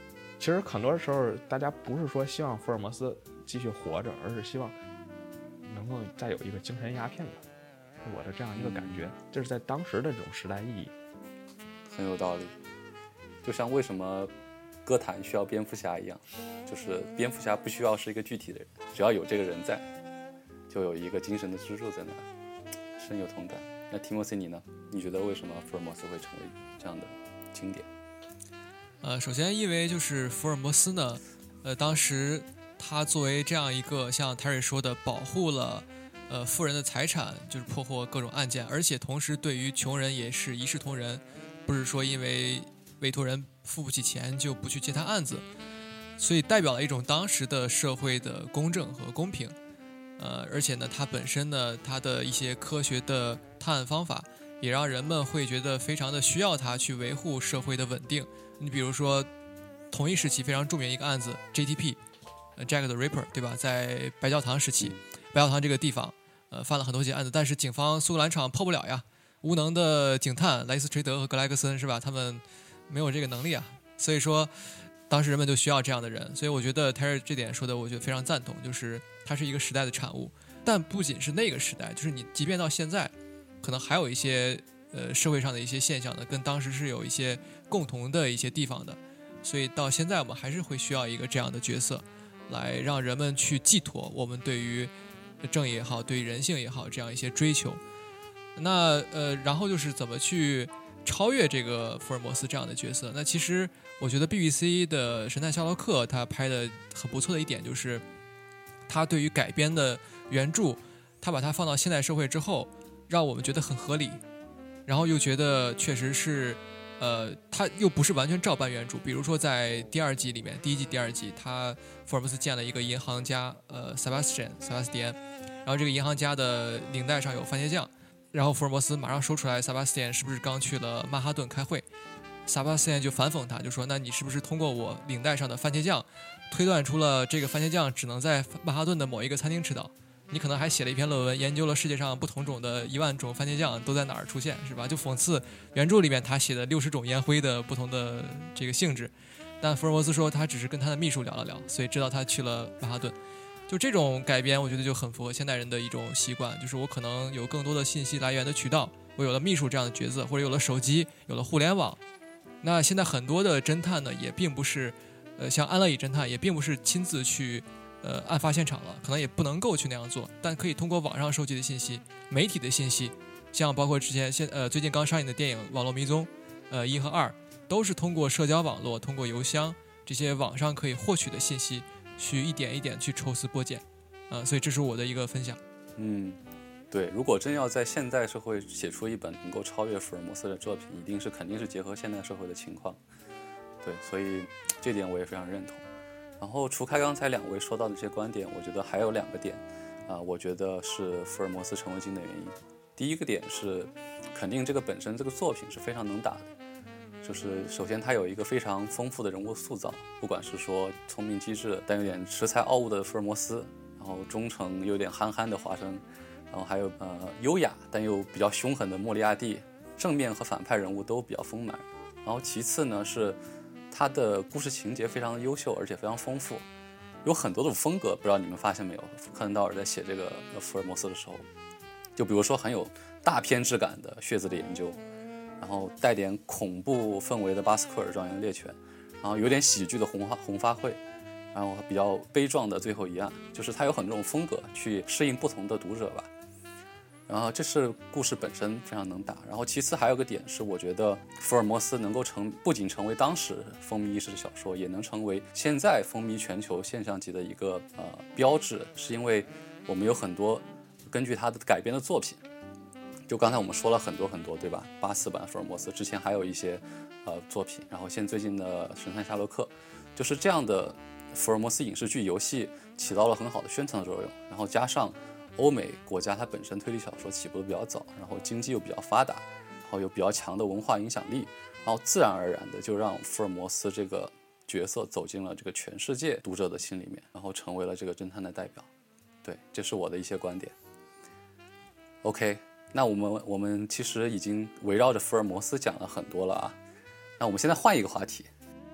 其实很多时候大家不是说希望福尔摩斯继续活着，而是希望能够再有一个精神鸦片吧，我的这样一个感觉，这是在当时的这种时代意义。 很有道理，就像为什么歌坛需要蝙蝠侠一样，就是蝙蝠侠不需要是一个具体的人，只要有这个人在，就有一个精神的支柱在那儿，深有同感。那提莫西你呢？你觉得为什么福尔摩斯会成为这样的经典？ 首先因为就是福尔摩斯呢，当时他作为这样一个像 Terry 说的，保护了富人的财产，就是破获各种案件，而且同时对于穷人也是一视同仁，不是说因为委托人付不起钱就不去接他案子，所以代表了一种当时的社会的公正和公平。而且呢，它本身呢，它的一些科学的探案方法，也让人们会觉得非常的需要它去维护社会的稳定。你比如说，同一时期非常著名一个案子 JTP，Jack the Ripper， 对吧？在白教堂时期，白教堂这个地方，犯了很多起案子，但是警方苏格兰场破不了呀。无能的警探莱斯垂德和格莱格森是吧？他们没有这个能力啊，所以说当时人们就需要这样的人。所以我觉得 Terry 这点说的，我觉得非常赞同，就是它是一个时代的产物。但不仅是那个时代，就是你即便到现在，可能还有一些社会上的一些现象呢，跟当时是有一些共同的一些地方的。所以到现在我们还是会需要一个这样的角色，来让人们去寄托我们对于正义也好，对于人性也好这样一些追求。那然后就是怎么去超越这个福尔摩斯这样的角色。那其实我觉得 BBC 的神探夏洛克他拍的很不错的一点，就是他对于改编的原著，他把它放到现代社会之后，让我们觉得很合理，然后又觉得确实是他又不是完全照搬原著。比如说在第二季里面，第一季第二季，他福尔摩斯见了一个银行家塞巴斯蒂安，然后这个银行家的领带上有番茄酱，然后福尔摩斯马上说出来，萨巴斯蒂安是不是刚去了曼哈顿开会？萨巴斯蒂安就反讽他，就说：“那你是不是通过我领带上的番茄酱，推断出了这个番茄酱只能在曼哈顿的某一个餐厅吃到？你可能还写了一篇论文，研究了世界上不同种的10000种番茄酱都在哪儿出现，是吧？就讽刺原著里面他写的60种烟灰的不同的这个性质。但福尔摩斯说他只是跟他的秘书聊了聊，所以知道他去了曼哈顿。就这种改编，我觉得就很符合现代人的一种习惯，就是我可能有更多的信息来源的渠道，我有了秘书这样的角色，或者有了手机，有了互联网。那现在很多的侦探呢，也并不是，像安乐椅侦探，也并不是亲自去，案发现场了，可能也不能够去那样做，但可以通过网上收集的信息、媒体的信息，像包括之前最近刚上映的电影《网络迷踪》，1和2，都是通过社交网络、通过邮箱这些网上可以获取的信息，去一点一点去抽丝剥茧，所以这是我的一个分享。 对，如果真要在现代社会写出一本能够超越福尔摩斯的作品，肯定是结合现代社会的情况。对，所以这点我也非常认同。然后除开刚才2位说到的这些观点，我觉得还有2个点我觉得是福尔摩斯成为经典原因。第一个点是肯定这个本身这个作品是非常能打的，就是首先它有一个非常丰富的人物塑造，不管是说聪明机智但有点恃才傲物的福尔摩斯，然后忠诚有点憨憨的华生，然后还有优雅但又比较凶狠的莫里亚蒂，正面和反派人物都比较丰满。然后其次呢是他的故事情节非常优秀，而且非常丰富，有很多种风格，不知道你们发现没有？柯南道尔在写这个福尔摩斯的时候，就比如说很有大片质感的血字的研究，然后带点恐怖氛围的巴斯克尔庄园猎犬，然后有点喜剧的红发会，然后比较悲壮的最后一案，就是他有很多种风格去适应不同的读者吧。然后这是故事本身非常能打。然后其次还有个点是，我觉得福尔摩斯能够不仅成为当时风靡一时的小说，也能成为现在风靡全球现象级的一个标志，是因为我们有很多根据他的改编的作品。就刚才我们说了很多很多，对吧？84版福尔摩斯之前还有一些作品，然后现在最近的神探夏洛克，就是这样的福尔摩斯影视剧游戏起到了很好的宣传的作用，然后加上欧美国家它本身推理小说起步的比较早，然后经济又比较发达，然后有比较强的文化影响力，然后自然而然的就让福尔摩斯这个角色走进了这个全世界读者的心里面，然后成为了这个侦探的代表。对，这是我的一些观点。OK， 那我们其实已经围绕着福尔摩斯讲了很多了啊。那我们现在换一个话题，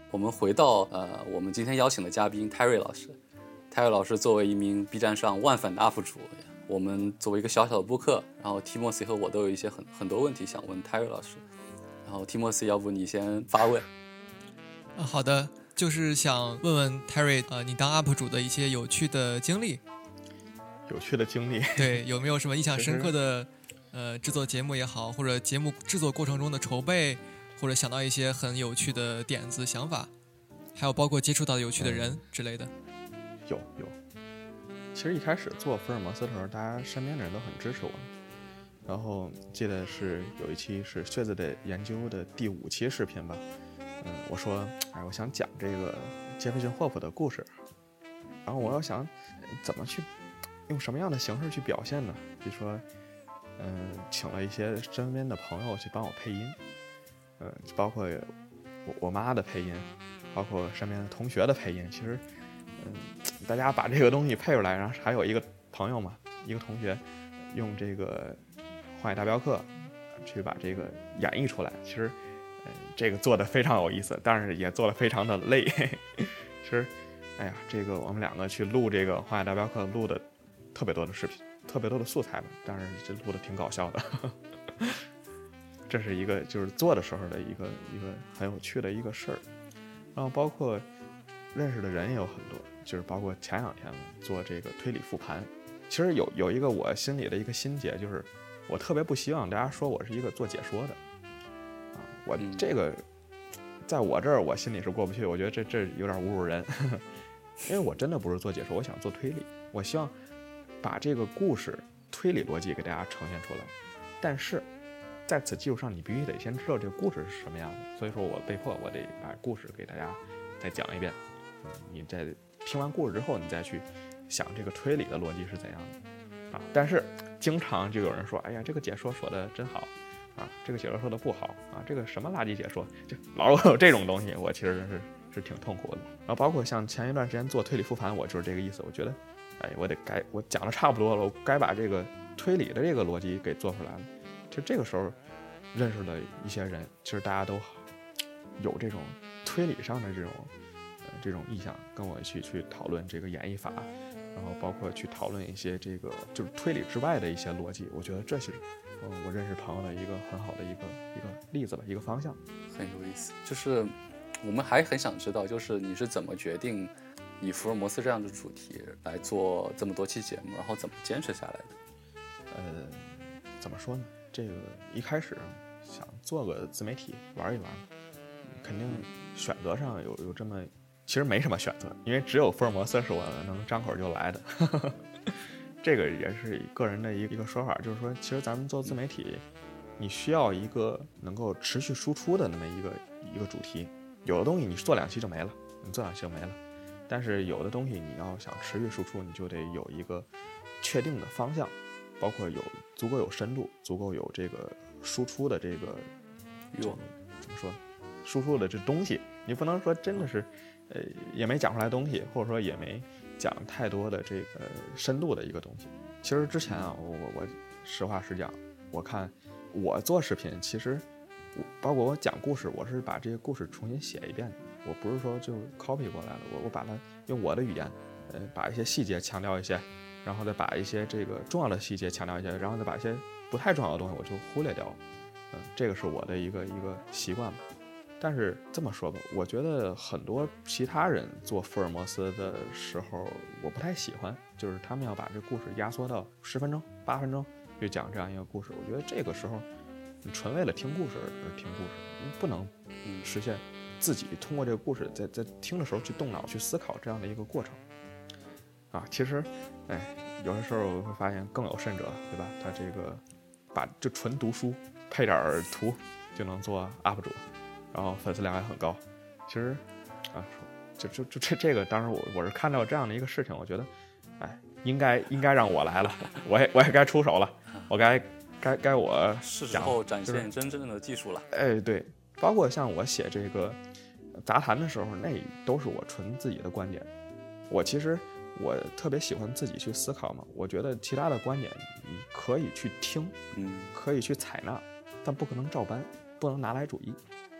我们回到我们今天邀请的嘉宾 Terry 老师。Terry 老师作为一名 B 站上万粉的 UP 主，我们作为一个小小的播客，然后 Timothy 和我都有一些很多问题想问 Terry 老师。然后 Timothy 要不你先发问。 好的，就是想问问 Terry，你当 UP 主的一些有趣的经历。 有趣的经历， 对，有没有什么印象深刻的制作节目也好，或者节目制作过程中的筹备，或者想到一些很有趣的点子想法，还有包括接触到有趣的人之类的。 有。其实一开始做福尔摩斯的时候，大家身边的人都很支持我。然后记得是有一期是靴子的研究的第5期视频吧，我说，我想讲这个杰斐逊霍普的故事，然后我要想怎么去用什么样的形式去表现呢？比如说，请了一些身边的朋友去帮我配音，包括我妈的配音，包括身边的同学的配音。其实，大家把这个东西配出来，然后还有一个朋友嘛，一个同学用这个《荒野大镖客》去把这个演绎出来。其实，这个做的非常有意思，但是也做得非常的累。其实，这个我们2个去录这个《荒野大镖客》录的特别多的视频，特别多的素材吧，但是这录的挺搞笑的。这是一个就是做的时候的一个很有趣的一个事儿。然后包括认识的人也有很多，就是包括前2天做这个推理复盘。其实有一个我心里的一个心结，就是我特别不希望大家说我是一个做解说的我这个在我这儿我心里是过不去，我觉得这有点侮辱人。因为我真的不是做解说，我想做推理，我希望把这个故事推理逻辑给大家呈现出来。但是在此基础上，你必须得先知道这个故事是什么样的，所以说我被迫我得把故事给大家再讲一遍。你在听完故事之后，你再去想这个推理的逻辑是怎样的但是经常就有人说，哎呀，这个解说说的真好这个解说说的不好这个什么垃圾解说，就老有这种东西，我其实是挺痛苦的。然后包括像前一段时间做推理复盘，我就是这个意思。我觉得，我讲的差不多了，我该把这个推理的这个逻辑给做出来了。就这个时候认识了一些人，其实大家都有这种推理上的这种意向，跟我去讨论这个演绎法，然后包括去讨论一些这个就是推理之外的一些逻辑。我觉得这是我认识朋友的一个很好的一个例子吧，一个方向。 很有意思。就是我们还很想知道，就是你是怎么决定以福尔摩斯这样的主题来做这么多期节目，然后怎么坚持下来的？ 怎么说呢？这个一开始想做个自媒体玩一玩，肯定选择上有这么，其实没什么选择，因为只有福尔摩斯是我能张口就来的。这个也是个人的一个说法，就是说，其实咱们做自媒体，你需要一个能够持续输出的那么一个主题。有的东西你做2期就没了，但是有的东西你要想持续输出，你就得有一个确定的方向，包括足够有深度，足够有这个输出的这个怎么说，输出的这东西，你不能说真的是也没讲出来东西，或者说也没讲太多的这个深度的一个东西。其实之前我实话实讲，我看我做视频，其实包括我讲故事，我是把这个故事重新写一遍的，我不是说就 copy 过来了，我把它用我的语言，把一些细节强调一些，然后再把一些这个重要的细节强调一些，然后再把一些不太重要的东西我就忽略掉了。这个是我的一个习惯吧。但是这么说吧，我觉得很多其他人做福尔摩斯的时候，我不太喜欢，就是他们要把这故事压缩到10分钟、8分钟去讲这样一个故事。我觉得这个时候，你纯为了听故事而听故事，你不能实现自己通过这个故事在听的时候去动脑去思考这样的一个过程。其实，有的时候我会发现更有甚者，对吧？他这个把就纯读书配点图就能做 UP 主。然后粉丝量还很高，其实就这个，当时我是看到这样的一个事情，我觉得，应该让我来了，我也该出手了，我该我是时候展现真正的技术了。 对，包括像我写这个杂谈的时候，那都是我纯自己的观点。其实我特别喜欢自己去思考嘛，我觉得其他的观点你可以去听，可以去采纳，但不可能照搬，不能拿来主义。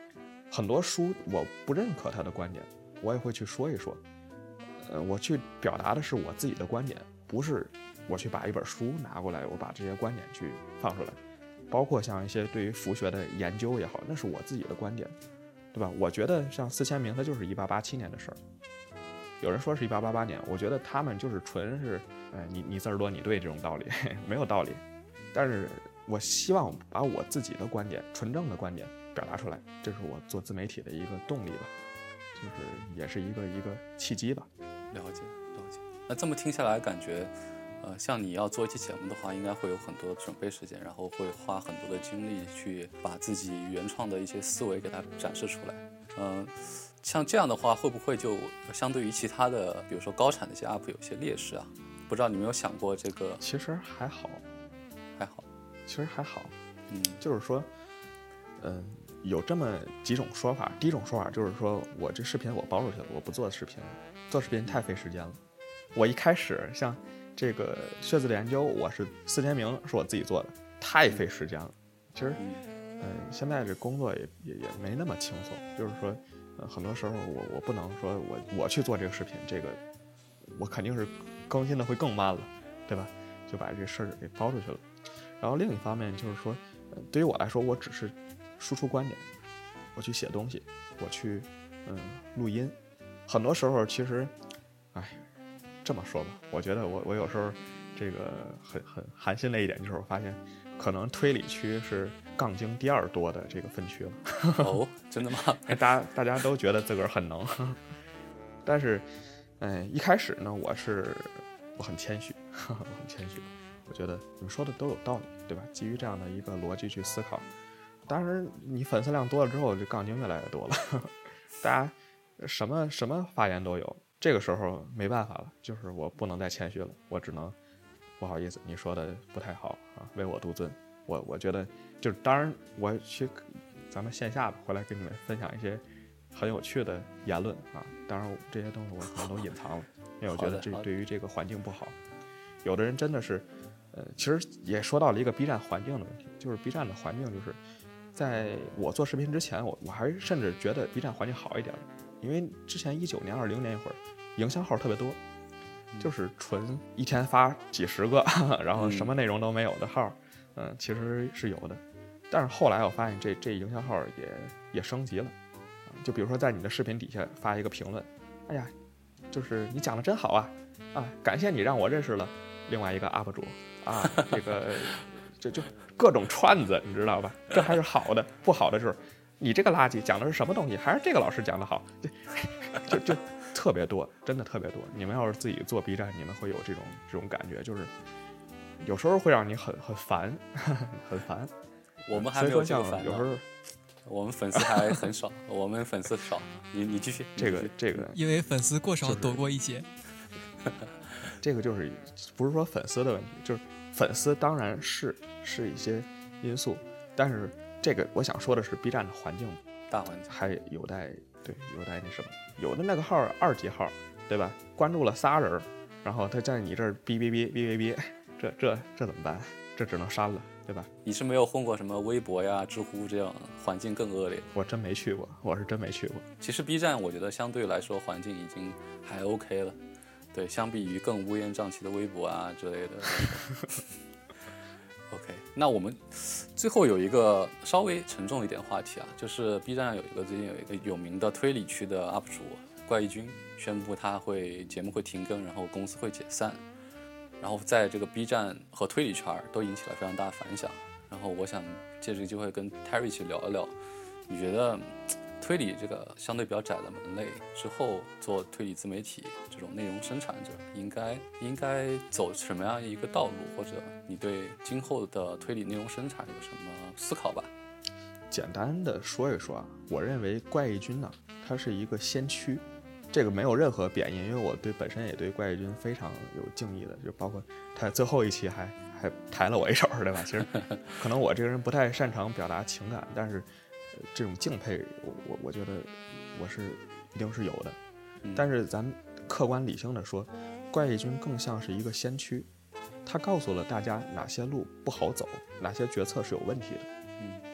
很多书我不认可他的观点，我也会去说一说。我去表达的是我自己的观点，不是我去把一本书拿过来，我把这些观点去放出来。包括像一些对于佛学的研究也好，那是我自己的观点，对吧？我觉得像四千名，它就是1887年的事儿。有人说是1888年，我觉得他们就是纯是，你字儿多你对这种道理没有道理。但是我希望把我自己的观点，纯正的观点表达出来，这是我做自媒体的一个动力吧，就是也是一个契机吧。 了解。那这么听下来，感觉，像你要做一期节目的话，应该会有很多的准备时间，然后会花很多的精力去把自己原创的一些思维给它展示出来。像这样的话，会不会就相对于其他的，比如说高产的一些 UP 有些劣势啊？不知道你有没有想过这个？ 其实还好，其实还好。就是说，有这么几种说法。第一种说法就是说我这视频我包出去了，我不做视频了，做视频太费时间了。我一开始像这个血字的研究，我是4000名是我自己做的，太费时间了。其实，现在这工作也没那么轻松。就是说，很多时候我不能说我去做这个视频，这个我肯定是更新的会更慢了，对吧？就把这事儿给包出去了。然后另一方面就是说，对于我来说，我只是输出观点，我去写东西，我去录音。很多时候其实，这么说吧，我觉得我有时候这个很寒心的一点就是我发现，可能推理区是杠精第2多的这个分区了。 哦，真的吗？ 大家都觉得自个儿很能，但是，一开始呢，我很谦虚，我很谦虚。我觉得你们说的都有道理，对吧？基于这样的一个逻辑去思考，当然你粉丝量多了之后，这杠精越来越多了，大家什么发言都有。这个时候没办法了，就是我不能再谦虚了，我只能不好意思，你说的不太好啊，唯我独尊。我觉得就是当然我去咱们线下的回来跟你们分享一些很有趣的言论啊，当然这些东西我可能都隐藏了，因为我觉得这对于这个环境不好。有的人真的是其实也说到了一个 B 站环境的问题，就是 B 站的环境就是在我做视频之前，我还甚至觉得 B 站环境好一点，因为之前19年、20年一会儿营销号特别多，就是纯一天发几十个，然后什么内容都没有的号，其实是有的。但是后来我发现这营销号也升级了，就比如说在你的视频底下发一个评论，哎呀，就是你讲的真好啊，感谢你让我认识了另外一个 UP 主啊，这个就各种串子，你知道吧？这还是好的，不好的就是你这个垃圾讲的是什么东西，还是这个老师讲的好，就特别多，真的特别多。你们要是自己做 B 站，你们会有这种感觉，就是有时候会让你很烦，很烦。 我们还没有这个烦恼， 有时候我们粉丝还很少，我们粉丝少。你继续， 这个， 因为粉丝过少躲过一劫。 这个就是不是说粉丝的问题，就是粉丝当然是一些因素，但是这个我想说的是 B 站的环境， 大环境还有待那什么，有的那个号2级号，对吧？关注了仨人，然后他在你这儿哔，这怎么办？这只能删了，对吧？ 你是没有混过什么微博呀、知乎这样环境更恶劣？ 我真没去过，我是真没去过。 其实 B 站我觉得相对来说环境已经还 OK 了，对，相比于更乌烟瘴气的微博啊之类的。OK， 那我们最后有一个稍微沉重一点话题啊，就是 B 站最近有一个有名的推理区的 UP 主怪异君宣布他节目会停更，然后公司会解散，然后在这个 B 站和推理圈都引起了非常大的反响。然后我想借这个机会跟 Terry 一起聊一聊，你觉得推理这个相对比较窄的门类之后做推理自媒体这种内容生产者应该走什么样一个道路，或者你对今后的推理内容生产有什么思考吧？ 简单的说一说啊，我认为怪异君呢，它是一个先驱，这个没有任何贬义，因为我本身也对怪异君非常有敬意的，就包括他最后一期还抬了我一手，对吧？其实可能我这个人不太擅长表达情感，但是这种敬佩我觉得我是一定是有的。但是咱们客观理性的说，怪异君更像是一个先驱，他告诉了大家哪些路不好走，哪些决策是有问题的。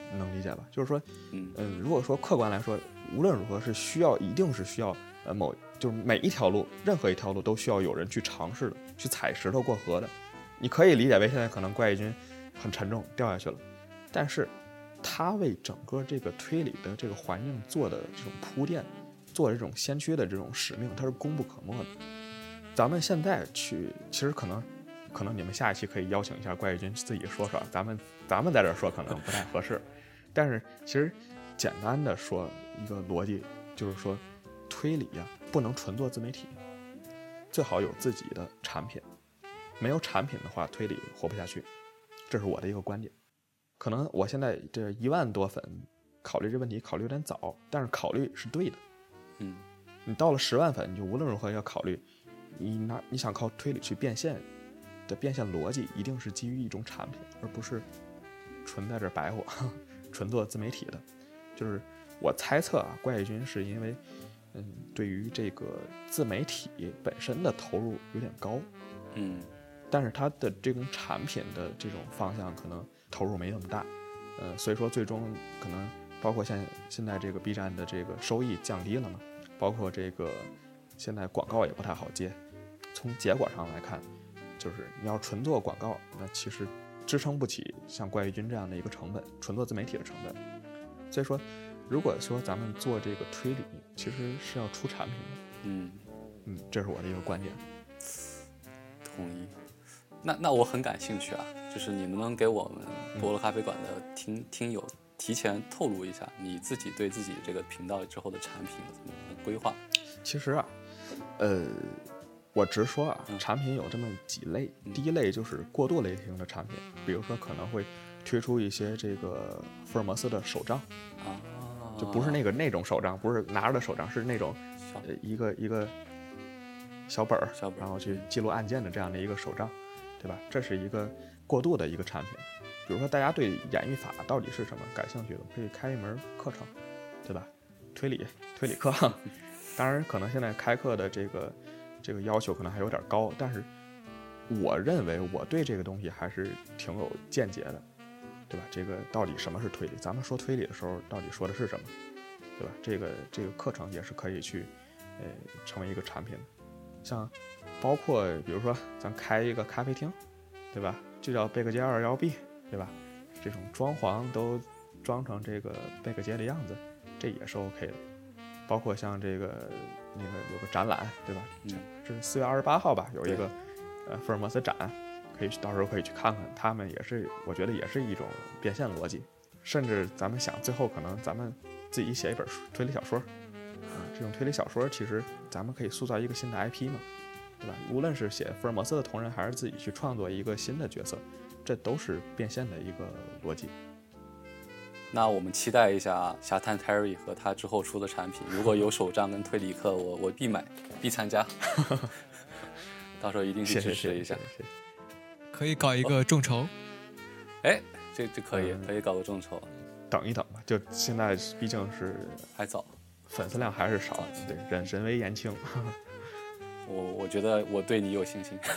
能理解吧？就是说，如果说客观来说，无论如何是一定是需要就是每一条路，任何一条路都需要有人去尝试的，去踩石头过河的。你可以理解为现在可能怪异君很沉重掉下去了，但是他为整个这个推理的这个环境做的这种铺垫，做这种先驱的这种使命，它是功不可没的。咱们现在去，其实可能你们下一期可以邀请一下怪异君自己说说，咱们在这说可能不太合适，但是其实简单的说一个逻辑，就是说推理啊不能纯做自媒体，最好有自己的产品，没有产品的话推理活不下去，这是我的一个观点。可能我现在这1万多粉，考虑这问题考虑有点早，但是考虑是对的。你到了10万粉，你就无论如何要考虑，你想靠推理去变现的变现逻辑，一定是基于一种产品，而不是纯在这白活，纯做自媒体的。就是我猜测啊，怪异君是因为对于这个自媒体本身的投入有点高，但是它的这种产品的这种方向可能投入没那么大，所以说最终可能包括现在这个 B 站的这个收益降低了嘛，包括这个现在广告也不太好接，从结果上来看，就是你要纯做广告，那其实支撑不起像怪异君这样的一个成本，纯做自媒体的成本。所以说如果说咱们做这个推理，其实是要出产品的。这是我的一个观点。 同意。那我很感兴趣啊，就是你能不能给我们菠萝咖啡馆的听友提前透露一下你自己对自己这个频道之后的产品怎么规划？ 其实啊，我直说啊，产品有这么几类。第一类就是过度类型的产品，比如说可能会推出一些这个福尔摩斯的手账就不是那种手账，不是拿着的手账，是那种一个小本儿，然后去记录案件的这样的一个手账，对吧？这是一个过度的一个产品。比如说大家对演绎法到底是什么感兴趣的，可以开一门课程，对吧？推理课，当然可能现在开课的这个要求可能还有点高，但是我认为我对这个东西还是挺有见解的，对吧？这个到底什么是推理？咱们说推理的时候到底说的是什么，对吧？这个课程也是可以去成为一个产品的。像包括比如说咱开一个咖啡厅，对吧？就叫贝克街221B，对吧？这种装潢都装成这个贝克街的样子，这也是 OK 的。包括像这个有个展览，对吧？这是4月28号吧，有一个福尔摩斯展，到时候可以去看看。他们也是，我觉得也是一种变现逻辑。甚至咱们想最后可能咱们自己写一本推理小说，这种推理小说其实咱们可以塑造一个新的 IP 嘛，对吧？无论是写福尔摩斯的同人，还是自己去创作一个新的角色，这都是变现的一个逻辑。 那我们期待一下侠探 Terry 和他之后出的产品，如果有手账跟推理课，我必买必参加，到时候一定去支持一下。 谢谢。 可以搞一个众筹， 这可以搞个众筹。 等一等吧，就现在毕竟是还早， 粉丝量还是少，对，人微言轻。 我觉得我对你有信心。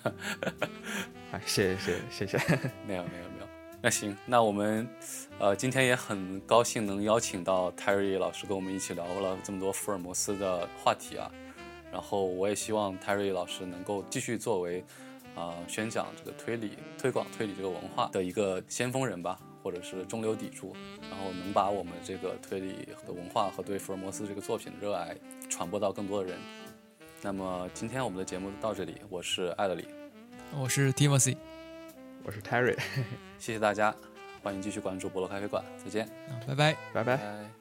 谢谢。 没有。那行，那我们今天也很高兴能邀请到 Terry 老师跟我们一起聊了这么多福尔摩斯的话题啊。然后我也希望 Terry 老师能够继续作为宣讲这个推广推理这个文化的一个先锋人吧，或者是中流砥柱，然后能把我们这个推理的文化和对福尔摩斯这个作品的热爱传播到更多的人。那么今天我们的节目到这里，我是艾勒里， 我是 Timothy， 我是 Terry， 谢谢大家，欢迎继续关注菠萝咖啡馆，再见， 拜拜。 拜拜。